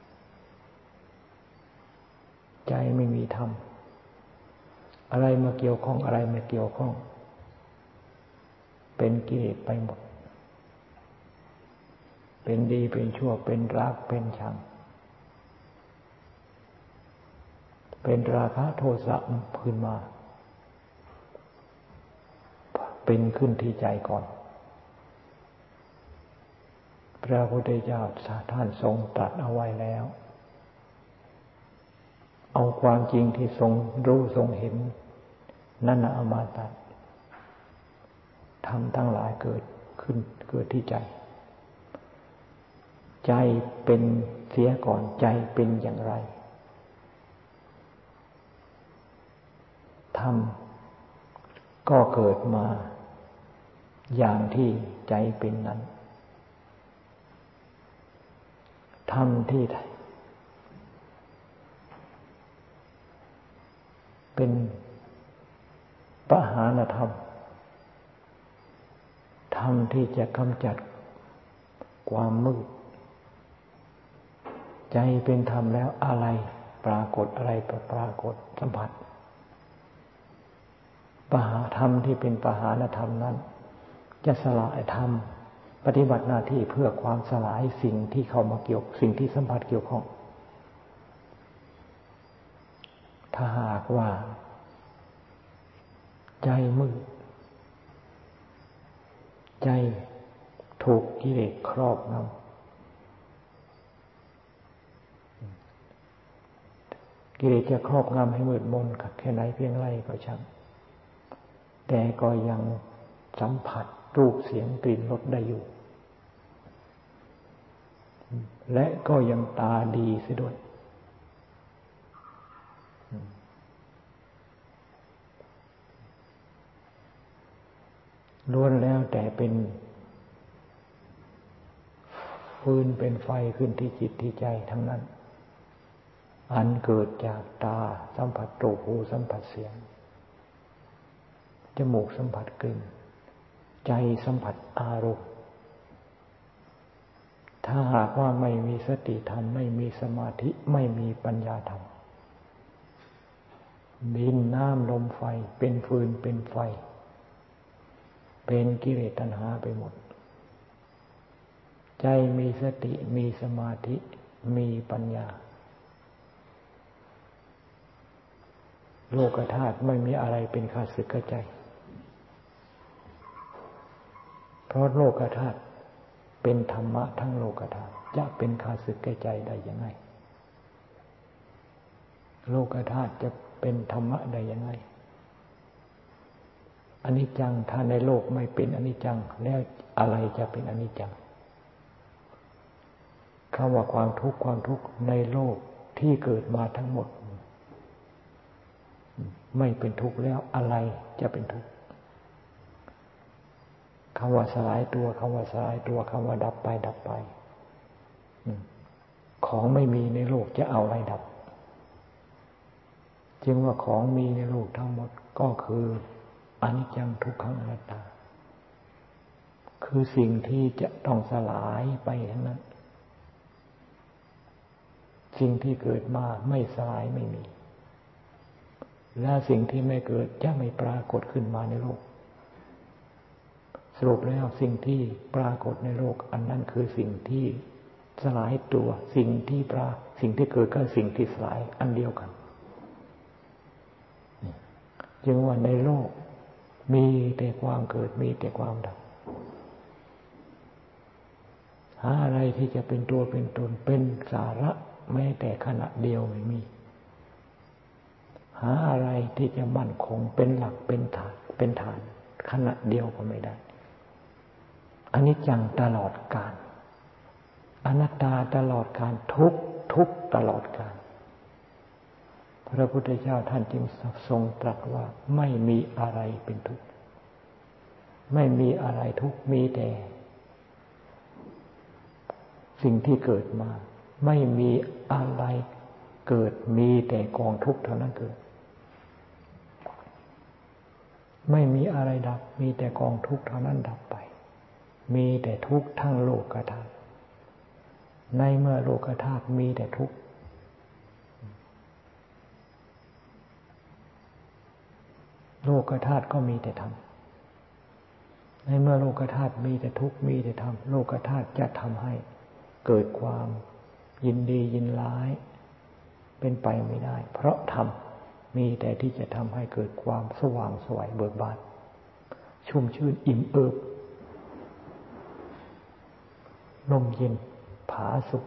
ใจไม่มีธรรมอะไรมาเกี่ยวข้องอะไรไม่เกี่ยวข้องเป็นกิเลสไปหมดเป็นดีเป็นชั่วเป็นรักเป็นชังเป็นราคะโทสะขึ้นมาเป็นขึ้นที่ใจก่อนพระพุทธเจ้าท่านทรงตรัสเอาไว้แล้วเอาความจริงที่ทรงรู้ทรงเห็นนั่นเอามาตัดทำทั้งหลายเกิดขึ้นเกิดที่ใจใจเป็นเสียก่อนใจเป็นอย่างไรธรรมก็เกิดมาอย่างที่ใจเป็นนั้นธรรมที่เป็นปหานธรรมธรรมที่จะกำจัดความมืดใจเป็นธรรมแล้วอะไรปรากฏอะไรปรากฏสัมผัสปหาธรรมที่เป็นปหานธรรมนั้นจะสลายธรรมปฏิบัติหน้าที่เพื่อความสลายสิ่งที่เข้ามาเกี่ยวสิ่งที่สัมผัสเกี่ยวข้องถ้าหากว่าใจมืดใจถูกกิเลสครอบงำกิเลสจะครอบงำให้มืดมนแค่ไหนเพียงไรก็ช่างแต่ก็ยังสัมผัสรูปเสียงกลิ่นรสได้อยู่และก็ยังตาดีเสียด้วยล้วนแล้วแต่เป็นฟืนเป็นไฟขึ้นที่จิตที่ใจทั้งนั้นอันเกิดจากตาสัมผัสรูปหูสัมผัสเสียงจมูกสัมผัสกลิ่นใจสัมผัสอารมณ์ถ้าหากว่าไม่มีสติธรรมไม่มีสมาธิไม่มีปัญญาธรรมดินน้ำลมไฟเป็นฟืนเป็นไฟเป็นกิเลสตัณหาไปหมดใจมีสติมีสมาธิมีปัญญาโลกธาตุไม่มีอะไรเป็นข้าศึกกับใจเพราะโลกธาตุเเป็นธรรมะทั้งโลกธาตุจะเป็นข้าศึกแก่ใจได้ยังไงโลกธาตุจะเป็นธรรมะได้ยังไงอนิจจังถ้าในโลกไม่เป็นอนิจจังแล้วอะไรจะเป็นอนิจจังคำว่าความทุกข์ความทุกข์ในโลกที่เกิดมาทั้งหมดไม่เป็นทุกข์แล้วอะไรจะเป็นทุกข์คำว่าสลายตัวคำว่าสลายตัวคำว่าดับไปดับไปของไม่มีในโลกจะเอาอะไรดับจึงว่าของมีในโลกทั้งหมดก็คืออนิจจังทุกขังอนัตตาคือสิ่งที่จะต้องสลายไปทั้งนั้นสิ่งที่เกิดมาไม่สลายไม่มีและสิ่งที่ไม่เกิดจะไม่ปรากฏขึ้นมาในโลกสรุปแล้วสิ่งที่ปรากฏในโลกอันนั้นคือสิ่งที่สลายตัวสิ่งที่ปราสิ่งที่เกิดก็สิ่งที่สลายอันเดียวกันจึงว่าในโลกมีแต่ความเกิดมีแต่ความดับหาอะไรที่จะเป็นตัวเป็นตนเป็นสาระแม้แต่ขณะเดียวไม่มีหาอะไรที่จะมั่นคงเป็นหลักเป็นฐานเป็นฐานขณะเดียวก็ไม่ได้อนิจจังตลอดกาลอนัตตาตลอดกาลทุกข์ทุกข์ตลอดกาลพระพุทธเจ้าท่านจึงทรงตรัสว่าไม่มีอะไรเป็นทุกข์ไม่มีอะไรทุกข์มีแต่สิ่งที่เกิดมาไม่มีอะไรเกิดมีแต่กองทุกข์เท่านั้นเกิดไม่มีอะไรดับมีแต่กองทุกข์เท่านั้นดับไปมีแต่ทุกข์ทั้งโลกธาตุในเมื่อโลกธาตุมีแต่ทุกข์โลกธาตุก็มีแต่ธรรมในเมื่อโลกธาตุมีแต่ทุกข์มีแต่ธรรมโลกธาตุจะทำให้เกิดความยินดียินร้ายเป็นไปไม่ได้เพราะธรรมมีแต่ที่จะทำให้เกิดความสว่างไสวเบิกบานชุ่มชื่นอิ่มเอิบลมเย็นผาสุข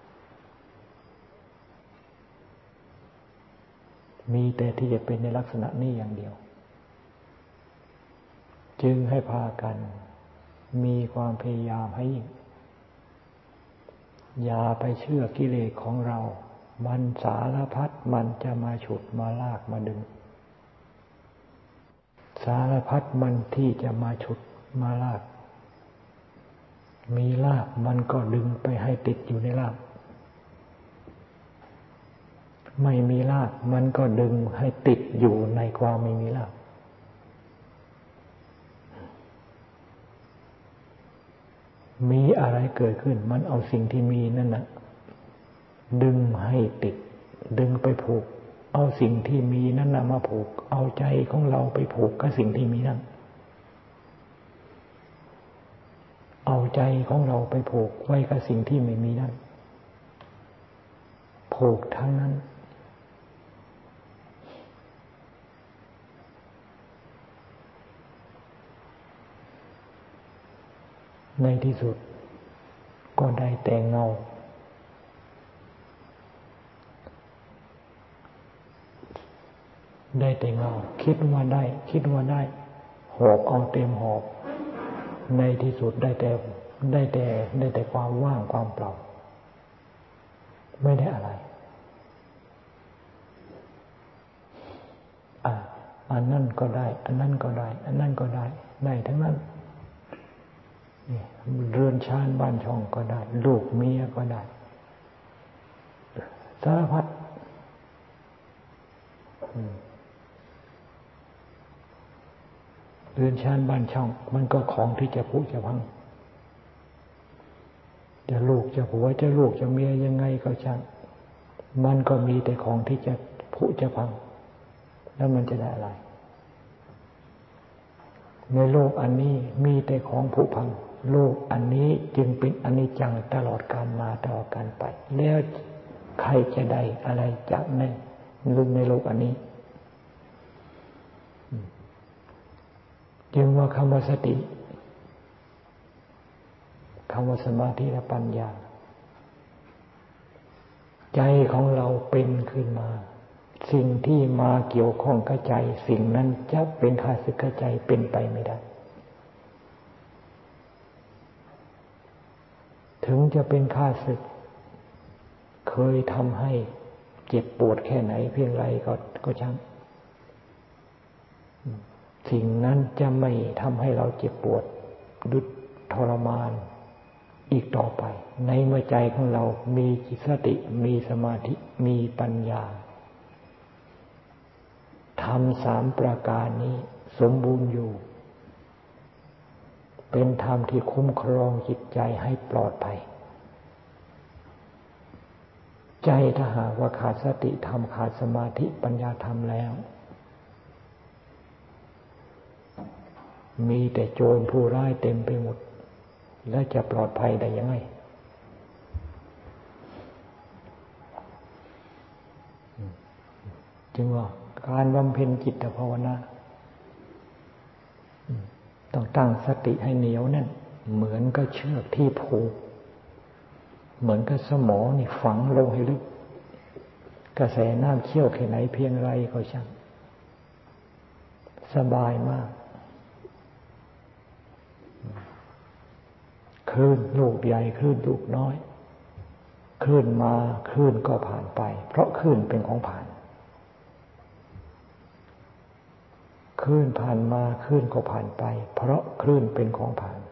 มีแต่ที่จะเป็นในลักษณะนี้อย่างเดียวจึงให้พากันมีความพยายามให้ยิ่งอย่าไปเชื่อกิเลสของเรามันสารพัดมันจะมาฉุดมาลากมาดึงสารพัดมันที่จะมาฉุดมาลากมีลาภมันก็ดึงไปให้ติดอยู่ในลาภไม่มีลาภมันก็ดึงให้ติดอยู่ในความไม่มีลาภมีอะไรเกิดขึ้นมันเอาสิ่งที่มีนั่นน่ะดึงให้ติดดึงไปผูกเอาสิ่งที่มีนั่นน่ะมาผูกเอาใจของเราไปผูกกับสิ่งที่มีนั่นเอาใจของเราไปผูกไว้กับสิ่งที่ไม่มีนั่นผูกทั้งนั้นในที่สุดก็ได้แต่เงาได้แต่เงาคิดว่าได้คิดว่าได้หอบเอาเต็มหอบในที่สุดได้แต่ได้แต่ได้แต่ความว่างความเปล่าไม่ได้อะไรอ่ะอันนั่นก็ได้อันนั่นก็ได้อันนั่นก็ได้ได้ทั้งนั้นเรือนชานบ้านช่องก็ได้ลูกเมียก็ได้สารพัดเรือนชานบ้านช่องมันก็ของที่จะผุจะพังจะลูกจะผัวจะลูกจะเมียยังไงก็ช่างมันก็มีแต่ของที่จะผุจะพังแล้วมันจะได้อะไรในโลกอันนี้มีแต่ของผุพังโลกอันนี้จึงเป็นอนิจจังตลอดกาลมาตลอดกาลไปแล้วใครจะได้อะไรจากในลุมในโลกอันนี้จึงว่าคำว่าสติคคำว่าสมาธิและปัญญาใจของเราเป็นขึ้นมาสิ่งที่มาเกี่ยวข้องกับใจสิ่งนั้นจะเป็นข้าศึกกับใจเป็นไปไม่ได้ถึงจะเป็นข้าศึกเคยทำให้เจ็บปวดแค่ไหนเพียงไรก็ก็ช่างสิ่งนั้นจะไม่ทำให้เราเจ็บปวดดุจทรมานอีกต่อไปในเมื่อใจของเรามีสติมีสมาธิมีปัญญาธรรมสามประการนี้สมบูรณ์อยู่เป็นธรรมที่คุ้มครองจิตใจให้ปลอดภัยใจถ้าหากว่าขาดสติธรรมขาดสมาธิปัญญาธรรมแล้วมีแต่โจรผู้ร้ายเต็มไปหมดและจะปลอดภัยได้ยังไงจึงว่าการบำเพ็ญจิตภาวนาต้องตั้งสติให้เหนียวแน่นเหมือนกับเชือกที่ผูกเหมือนกับสมอนี่ฝังลงให้ลึกกระแสน้ำเชี่ยวแค่ไหนเพียงไรก็ช่างสบายมากคลื่นลูกใหญ่คลื่นลูกน้อยคลื่นมาคลื่นก็ผ่านไปเพราะคลื่นเป็นของผ่านคลื่นผ่านมาคลื่นก็ผ่านไปเพราะคลื่นเป็นของผ่าน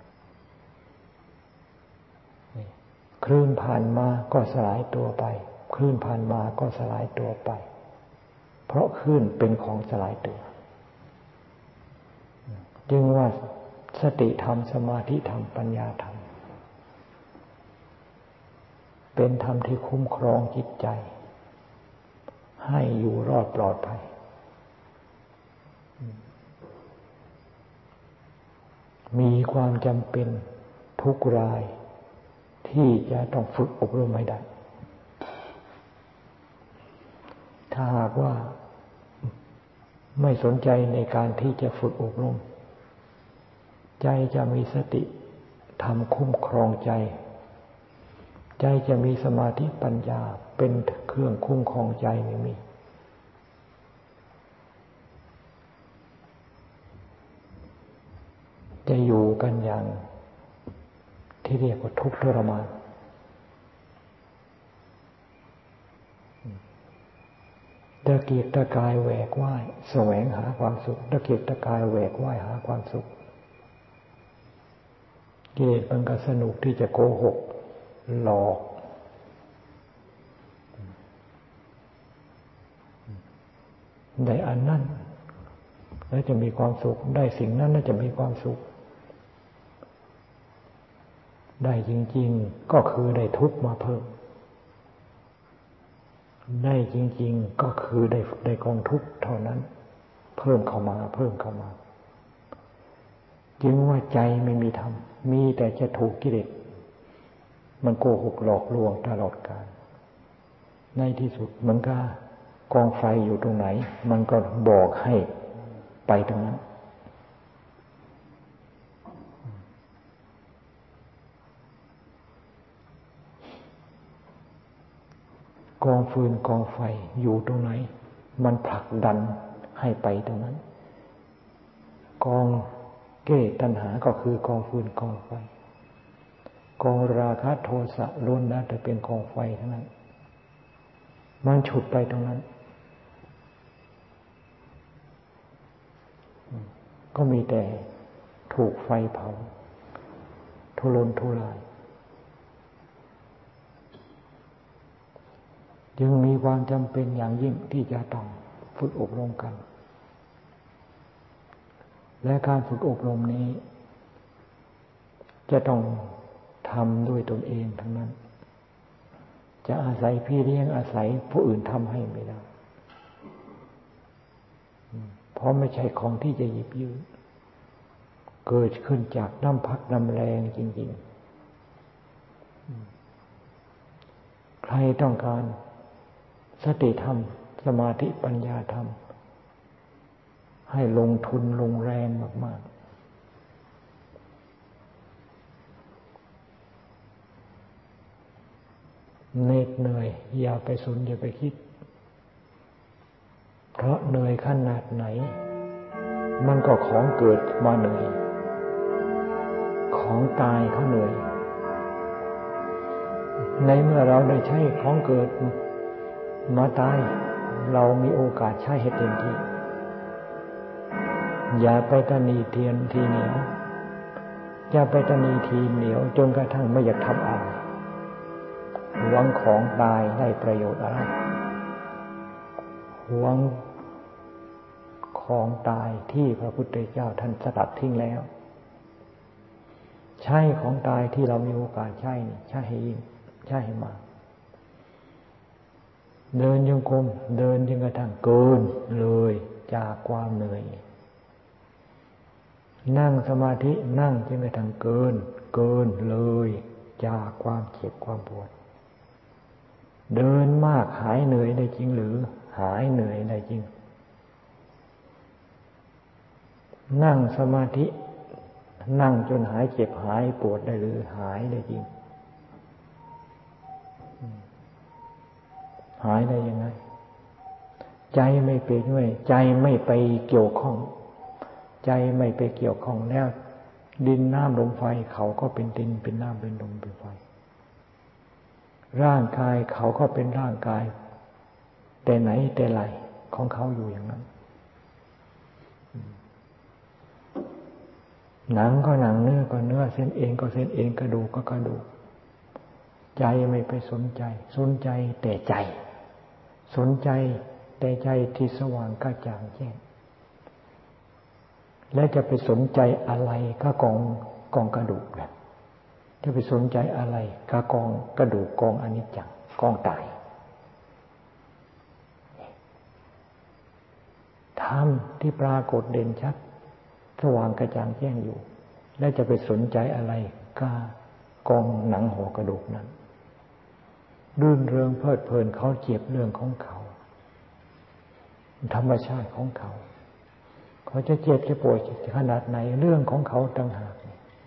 คลื่นผ่านมาก็สลายตัวไปคลื่นผ่านมาก็สลายตัวไปเพราะคลื่นเป็นของสลายตัวจึงว่าสติธรรมสมาธิธรรมปัญญาธรรมเป็นธรรมที่คุ้มครองจิตใจให้อยู่รอดปลอดภัยมีความจำเป็นทุกรายที่จะต้องฝึกอบรมให้ได้ถ้าหากว่าไม่สนใจในการที่จะฝึกอบรมใจจะมีสติธรรมคุ้มครองใจใจจะมีสมาธิปัญญาเป็นเครื่องคุ้มครองใจไม่มีจะอยู่กันอย่างที่เรียกว่าทุกข์ทรมานตะเกียกตะกายแหวกว่ายแสวงหาความสุขตะเกียกตะกายแหวกว่ายหาความสุขกิเลสมันก็สนุกที่จะโกหกหลอกได้อันนั้นแล้วจะมีความสุขได้สิ่งนั้นน่าจะมีความสุขได้จริงๆก็คือได้ทุกข์มาเพิ่มได้จริงๆก็คือได้ได้กองทุกข์เท่านั้นเพิ่มเข้ามาเพิ่มเข้ามาจึงว่าใจไม่มีธรรมมีแต่จะถูกกิเลสมันโกหกหลอกลวงตลอดกาลในที่สุดมันก็กองไฟอยู่ตรงไหนมันก็บอกให้ไปตรงนั้นกองฟืนกองไฟอยู่ตรงไหนมันผลักดันให้ไปตรงนั้นกองเกตัณหาก็คือกองฟืนกองไฟกองราคะโทสะล้วนแล้วแต่เป็นกองไฟทั้งนั้นมันฉุดไปตรงนั้นก็มีแต่ถูกไฟเผาทุรนทุรายจึงมีความจำเป็นอย่างยิ่งที่จะต้องฝึกอบรมกันและการฝึกอบรมนี้จะต้องทำด้วยตนเองทั้งนั้นจะอาศัยพี่เลี้ยงอาศัยผู้อื่นทำให้ไม่ได้เพราะไม่ใช่ของที่จะหยิบยืมเกิดขึ้นจากน้ำพักน้ำแรงจริงๆใครต้องการสติธรรมสมาธิปัญญาธรรมให้ลงทุนลงแรงมากเหน็ดเหนื่อยอย่าไปสนอย่าไปคิดเพราะเหนื่อยขนาดไหนมันก็ของเกิดมาเหนื่อยของตายเขาเหนื่อยในเมื่อเราได้ใช้ของเกิดมาตายเรามีโอกาสใช้ให้เต็มที่อย่าไปตนีเทียนทีเหนียวอย่าไปตนีทีเหนียวจนกระทั่งไม่อยากทำอะไรหวงของตายได้ประโยชน์อะไรหวงของตายที่พระพุทธเจ้าท่านสลัดทิ้งแล้วใช้ของตายที่เรามีโอกาสใช้นี่ใช้ให้ยิ่งใช้ให้มากเดินจงกรมเดินจนกระทั่งเกินเลยจากความเหนื่อยนั่งสมาธินั่งจนกระทั่งเกินเกินเลยจากความเจ็บความปวดเดินมากหายเหนื่อยได้จริงหรือหายเหนื่อยได้จริงนั่งสมาธินั่งจนหายเจ็บหายปวดได้หรือหายได้จริงหายได้ยังไงใจไม่ไปด้วยใจไม่ไปเกี่ยวข้องใจไม่ไปเกี่ยวข้องแล้วดินน้ำลมไฟเขาก็เป็นดินเป็นน้ำเป็นลมเป็นไฟร่างกายเขาก็เป็นร่างกายแต่ไหนแต่ไรของเขาอยู่อย่างนั้นหนังก็หนังเนื้อก็เนื้อเส้นเอ็นก็เส้นเอ็นกระดูกก็กระดูกใจไม่ไปสนใจสนใจแต่ใจสนใจแต่ใจที่สว่างกระจ่างแจ้งและจะไปสนใจอะไรก็กองกองกระดูกนะจะไปสนใจอะไรก็กองกระดูกกองอนิจจังกองตายธรรมที่ปรากฏเด่นชัดสว่างกระจ่างแจ้งอยู่และจะไปสนใจอะไรก็กองหนังห่อกระดูกนั้นรื่นเริงเพลิดเพลินเขาเจ็บเรื่องของเขาธรรมชาติของเขาเขาจะเจ็บจะป่วยขนาดไหนเรื่องของเขาต่างหาก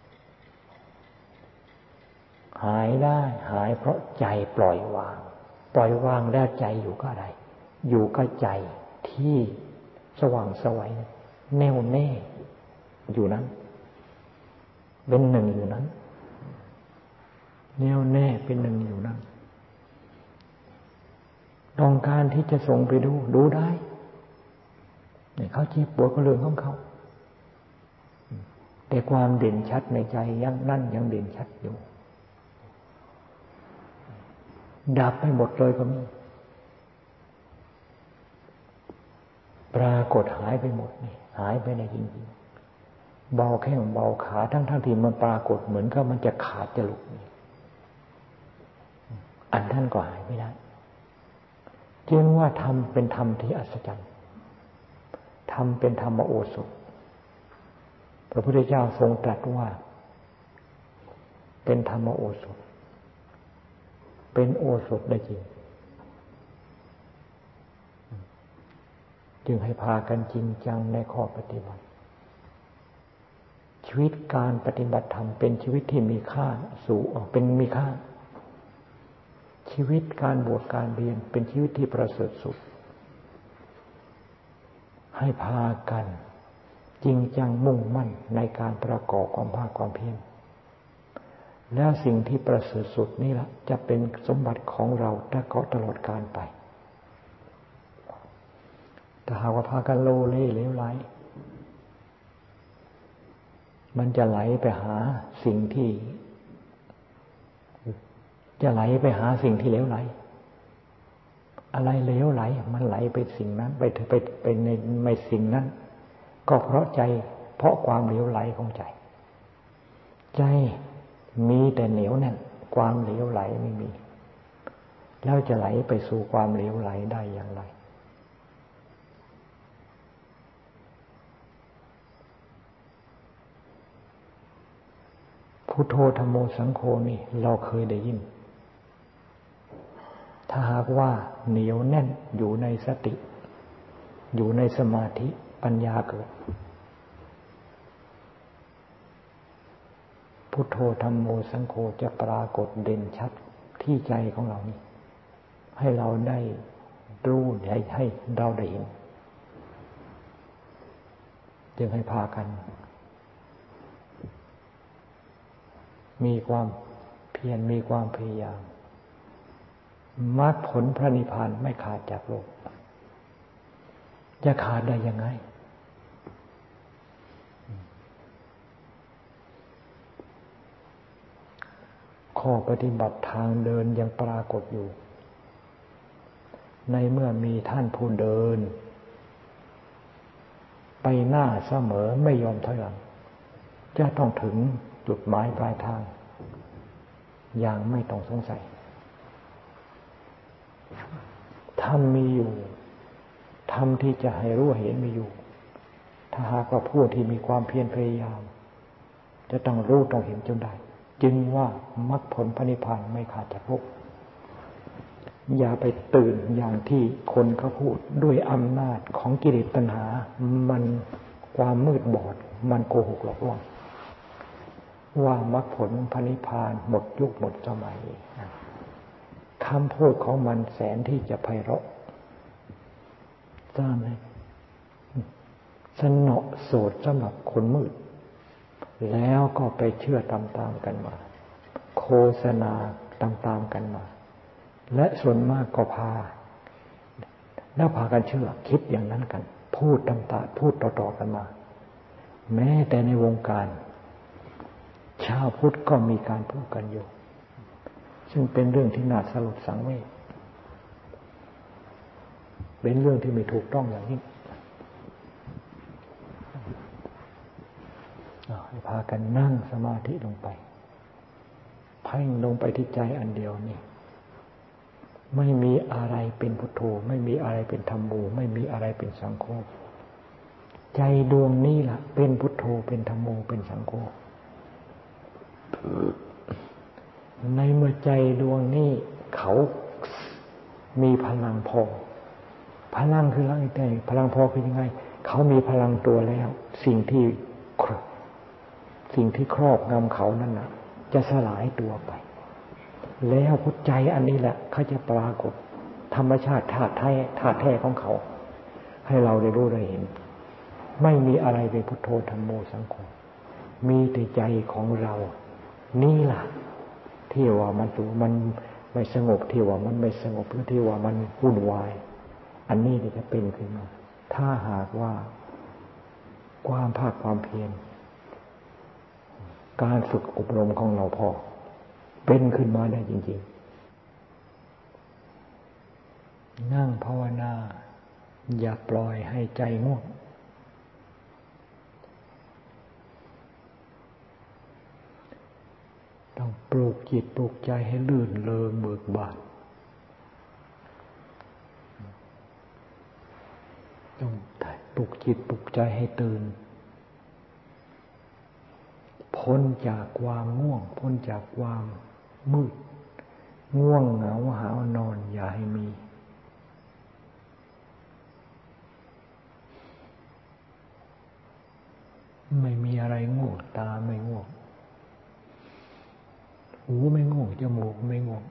หายได้หายเพราะใจปล่อยวางปล่อยวางแล้วใจอยู่กับอะไรอยู่กับใจที่สว่างไสวแน่วแน่อยู่นั้นเป็นหนึ่งอยู่นั้นแน่วแน่เป็นหนึ่งอยู่นั้นต้องการที่จะส่งไปดูดูได้เนี่ยเขาเจ็บปวดก็เรื่องของเขาแต่ความเด่นชัดในใจยังนั่นยังเด่นชัดอยู่ดับไปหมดเลยก็มีปรากฏหายไปหมดนี่หายไปในจริงๆเบาแข้งเบาขาทั้งทั้งที่มันปรากฏเหมือนกับมันจะขาดจะหลุดนี่อันท่านก็หายไม่ได้จึงว่าธรรมเป็นธรรมที่อัศจรรย์ธรรมเป็นธรรมโอสถพระพุทธเจ้าทรงตรัสว่าเป็นธรรมโอสถเป็นโอสถได้จริงจึงให้พากันจริงจังในข้อปฏิบัติชีวิตการปฏิบัติธรรมเป็นชีวิตที่มีค่าสูงเป็นมีค่าชีวิตการบวชการเรียนเป็นชีวิตที่ประเสริฐสุดให้พากันจริงจังมุ่งมั่นในการประกอบความภาคความเพียรแล้วสิ่งที่ประเสริฐสุดนี่แหละจะเป็นสมบัติของเราตลอดกาลไปถ้าหากว่าพากันโลเลเหลวไหลมันจะไหลไปหาสิ่งที่จะไหลไปหาสิ่งที่เหลวไหลอะไรเหลวไหลมันไหลไปสิ่งนั้นไปไปไปในในสิ่งนั้นก็เพราะใจเพราะความเหลวไหลของใจใจมีแต่เหนียวแน่นความเหลวไหลไม่มีแล้วจะไหลไปสู่ความเหลวไหลได้อย่างไรพุทโธธัมโมสังโฆนี่เราเคยได้ยินถ้าหากว่าเหนียวแน่นอยู่ในสติอยู่ในสมาธิปัญญาเกิดพุทโธธัมโมสังโฆจะปรากฏเด่นชัดที่ใจของเรานี่ให้เราได้รู้ให้ให้เราได้เห็นจึงให้พากันมีความเพียรมีความพยายามมรรคผลพระนิพพานไม่ขาดจากโลกจะขาดได้ยังไงข้อปฏิบัติทางเดินยังปรากฏอยู่ในเมื่อมีท่านผู้เดินไปหน้าเสมอไม่ยอมถอยหลังจะต้องถึงจุดหมายปลายทางอย่างไม่ต้องสงสัยธรรมมีอยู่ธรรมที่จะให้รู้เห็นมีอยู่ถ้าหากว่าผู้ที่มีความเพียรพยายามจะต้องรู้ต้องเห็นจนได้จึงว่ามรรคผลพระนิพพานไม่ขาดจากโลกอย่าไปตื่นอย่างที่คนเขาพูดด้วยอำนาจของกิเลสตัณหามันความมืดบอดมันโกหกหลอกลวงว่ามรรคผลพระนิพพานหมดยุคหมดสมัยคำพูดของมันแสนที่จะไพเราะทราบไหมสนอโสดสำหรับคนมืดแล้วก็ไปเชื่อตามๆกันมาโฆษณาตามๆกันมาและส่วนมากก็พาแล้วพากันเชื่อคิดอย่างนั้นกันพูดตามๆพูดต่อๆกันมาแม้แต่ในวงการชาวพุทธก็มีการพูดกันอยู่ซึ่งเป็นเรื่องที่น่าสลดสังเวชเป็นเรื่องที่ไม่ถูกต้องอย่างนี้ให้พากันนั่งสมาธิลงไปเพ่งลงไปที่ใจอันเดียวนี่ไม่มีอะไรเป็นพุทโธไม่มีอะไรเป็นธัมโมไม่มีอะไรเป็นสังโฆใจดวงนี้ล่ะเป็นพุทโธเป็นธัมโมเป็นสังโฆในเมื่อใจดวงนี้เขามีพลังพอพลังคืออะไรแต่พลังพอคือยังไงเขามีพลังตัวแล้วสิ่งที่สิ่งที่ครอบงำเขานั่นน่ะจะสลายตัวไปแล้วพุทธใจอันนี้แหละเขาจะปรากฏธรรมชาติธาตุแท้ธาตุแท้ของเขาให้เราได้รู้ได้เห็นไม่มีอะไรเป็นพุทโธธัมโมสังโฆมีแต่ใจของเรานี่ล่ะที่ว่ามันตัวมันไม่สงบที่ว่ามันไม่สงบหรือที่ว่ามันวุ่นวายอันนี้จะเป็นขึ้นมาถ้าหากว่าความภาคความเพียรการฝึกอบรมของเราพอเป็นขึ้นมาได้จริงๆนั่งภาวนาอย่าปล่อยให้ใจง่วงต้องปลูกจิตปลูกใจให้ลื่นเริงเบิกบานต้องปลุกจิตปลุกใจให้ตื่นพ้นจากความง่วงพ้นจากความมืดง่วงเหงาหาวนอนอย่าให้มีไม่มีอะไรง่วงตาไม่ง่วงหูไม่ง่วงจมูกไม่ง่วง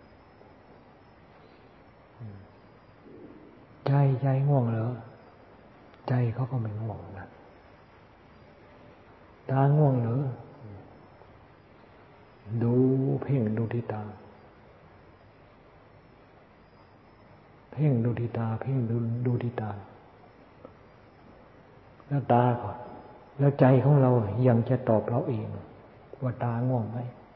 ใจใจง่วงเหรอใจเขาก็ไม่ง่วงนะตาง่วงเหรอดูเพ่งดูที่ตาเพ่งดูที่ตาเพ่งดูดูที่ตาแล้วตาก่อนแล้วใจของเรายังจะตอบเราเองว่าตาง่วงไหม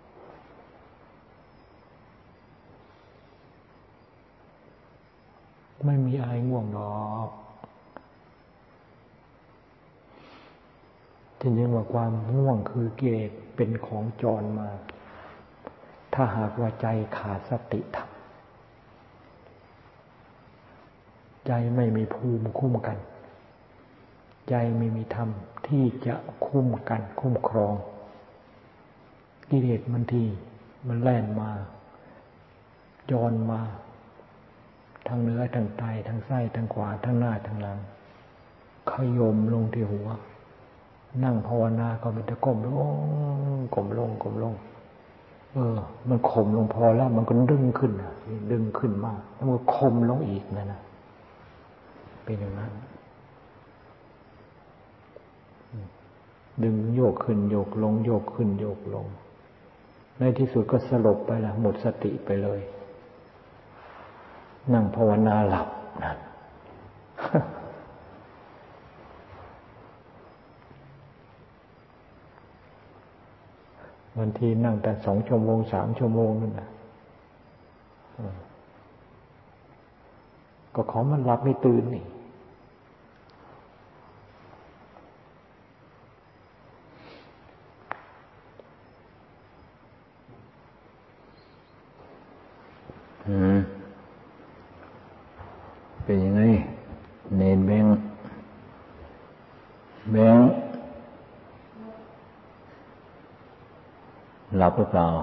ไม่มีอะไรง่วงหรอกจริงๆว่าความง่วงคือกิเลสเป็นของจรมาถ้าหากว่าใจขาดสติธรรมใจไม่มีภูมิคุ้มกันใจไม่มีธรรมที่จะคุ้มกันคุ้มครองกิเลสมันทีมันแล่นมาจรมาทางเหนือทางใต้ทางซ้ายทางขวาทางหน้าทางหลังขยมลงที่หัวนั่งภาวนาก็มีแต่ก้มลงก้มลงก้มลงเออมันข่มลงพอแล้วมันก็ดึงขึ้นดึงขึ้นมากแล้วมันข่มลงอีกนั่นนะเป็นอย่างนั้นดึงโยกขึ้นโยกลงโยกขึ้นโยกลงในที่สุดก็สลบไปละหมดสติไปเลยนั่งภาวนาหลับนั่นบางทีนั่งแต่สองชั่วโมงสามชั่วโมงนั่นนะก็ของมันหลับไม่ตื่นนี่อืมเป็นยังไงเนนแบงแบงหลับหรือเปล่า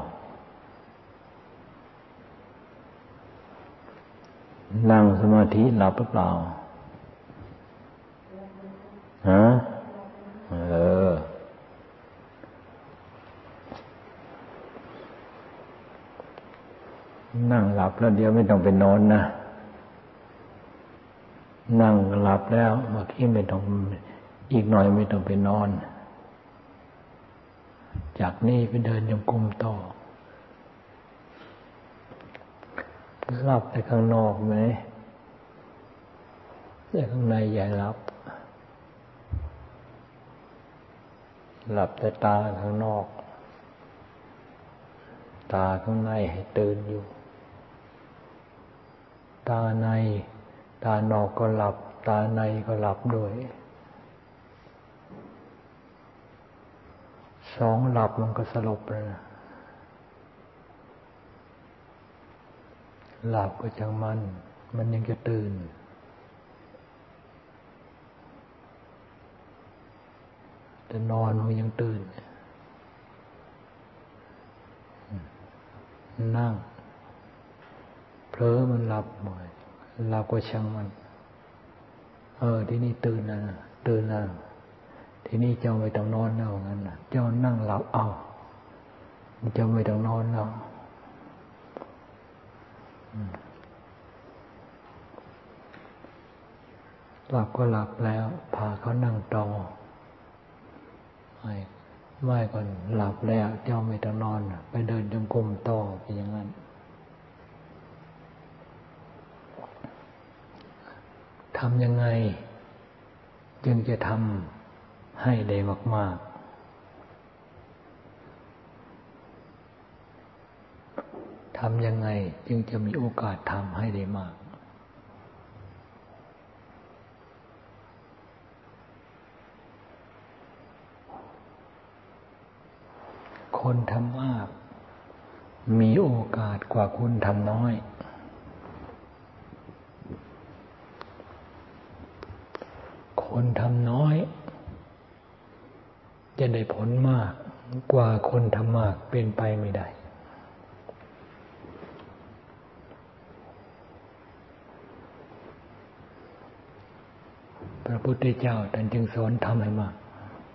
นั่งสมาธิหลับหรือเปล่าฮะเออนั่งหลับแล้วเดี๋ยวไม่ต้องไปนอนนะนั่งหลับแล้วเมื่อกี้ไม่ต้องอีกหน่อยไม่ต้องไปนอนจากนี้ไปเดินจงกรมต่อหลับแต่ข้างนอกไหมแต่ข้างในอย่าหลับหลับแต่ตาข้างนอกตาข้างในให้ตื่นอยู่ตาในตานอกก็หลับตาในก็หลับด้วยสองหลับมันก็สลบเลยหลับก็จังมันมันยังจะตื่นแต่นอนมันยังตื่นนั่งเผลอมันหลับหมดหลับก็ช่างมันเออที่นี่ตื่นนะตื่นนะที่นี่เจ้าไม่ต้องนอนแล้วงั้นนะเจ้านั่งหลับเอาเจ้าไม่ต้องนอนแล้วหลับก็หลับแล้วพาเขานั่งต่อไม่ไม่ก่อนหลับแล้วเจ้าไม่ต้องนอนไปเดินจงกรมต่อไปอย่างนั้นทำยังไงจึงจะทำให้ได้มากๆทำยังไงจึงจะมีโอกาสทำให้ได้มากคนทำมากมีโอกาสกว่าคนทำน้อยคนทำน้อยจะได้ผลมากกว่าคนทำมากเป็นไปไม่ได้พระพุทธเจ้าท่านจึงสอนทำให้มาก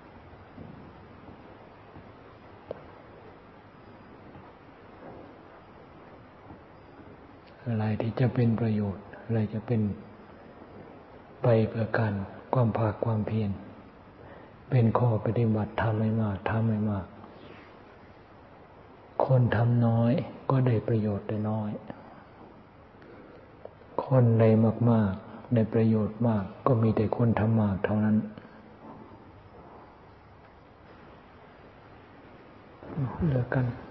อะไรที่จะเป็นประโยชน์อะไรจะเป็นไปเพื่อการความภาคความเพียรเป็นข้อปฏิบัติทำให้มากทำให้มากคนทำน้อยก็ได้ประโยชน์ได้น้อยคนได้มากๆได้ประโยชน์มากก็มีแต่คนทำมากเท่านั้นเหลือกัน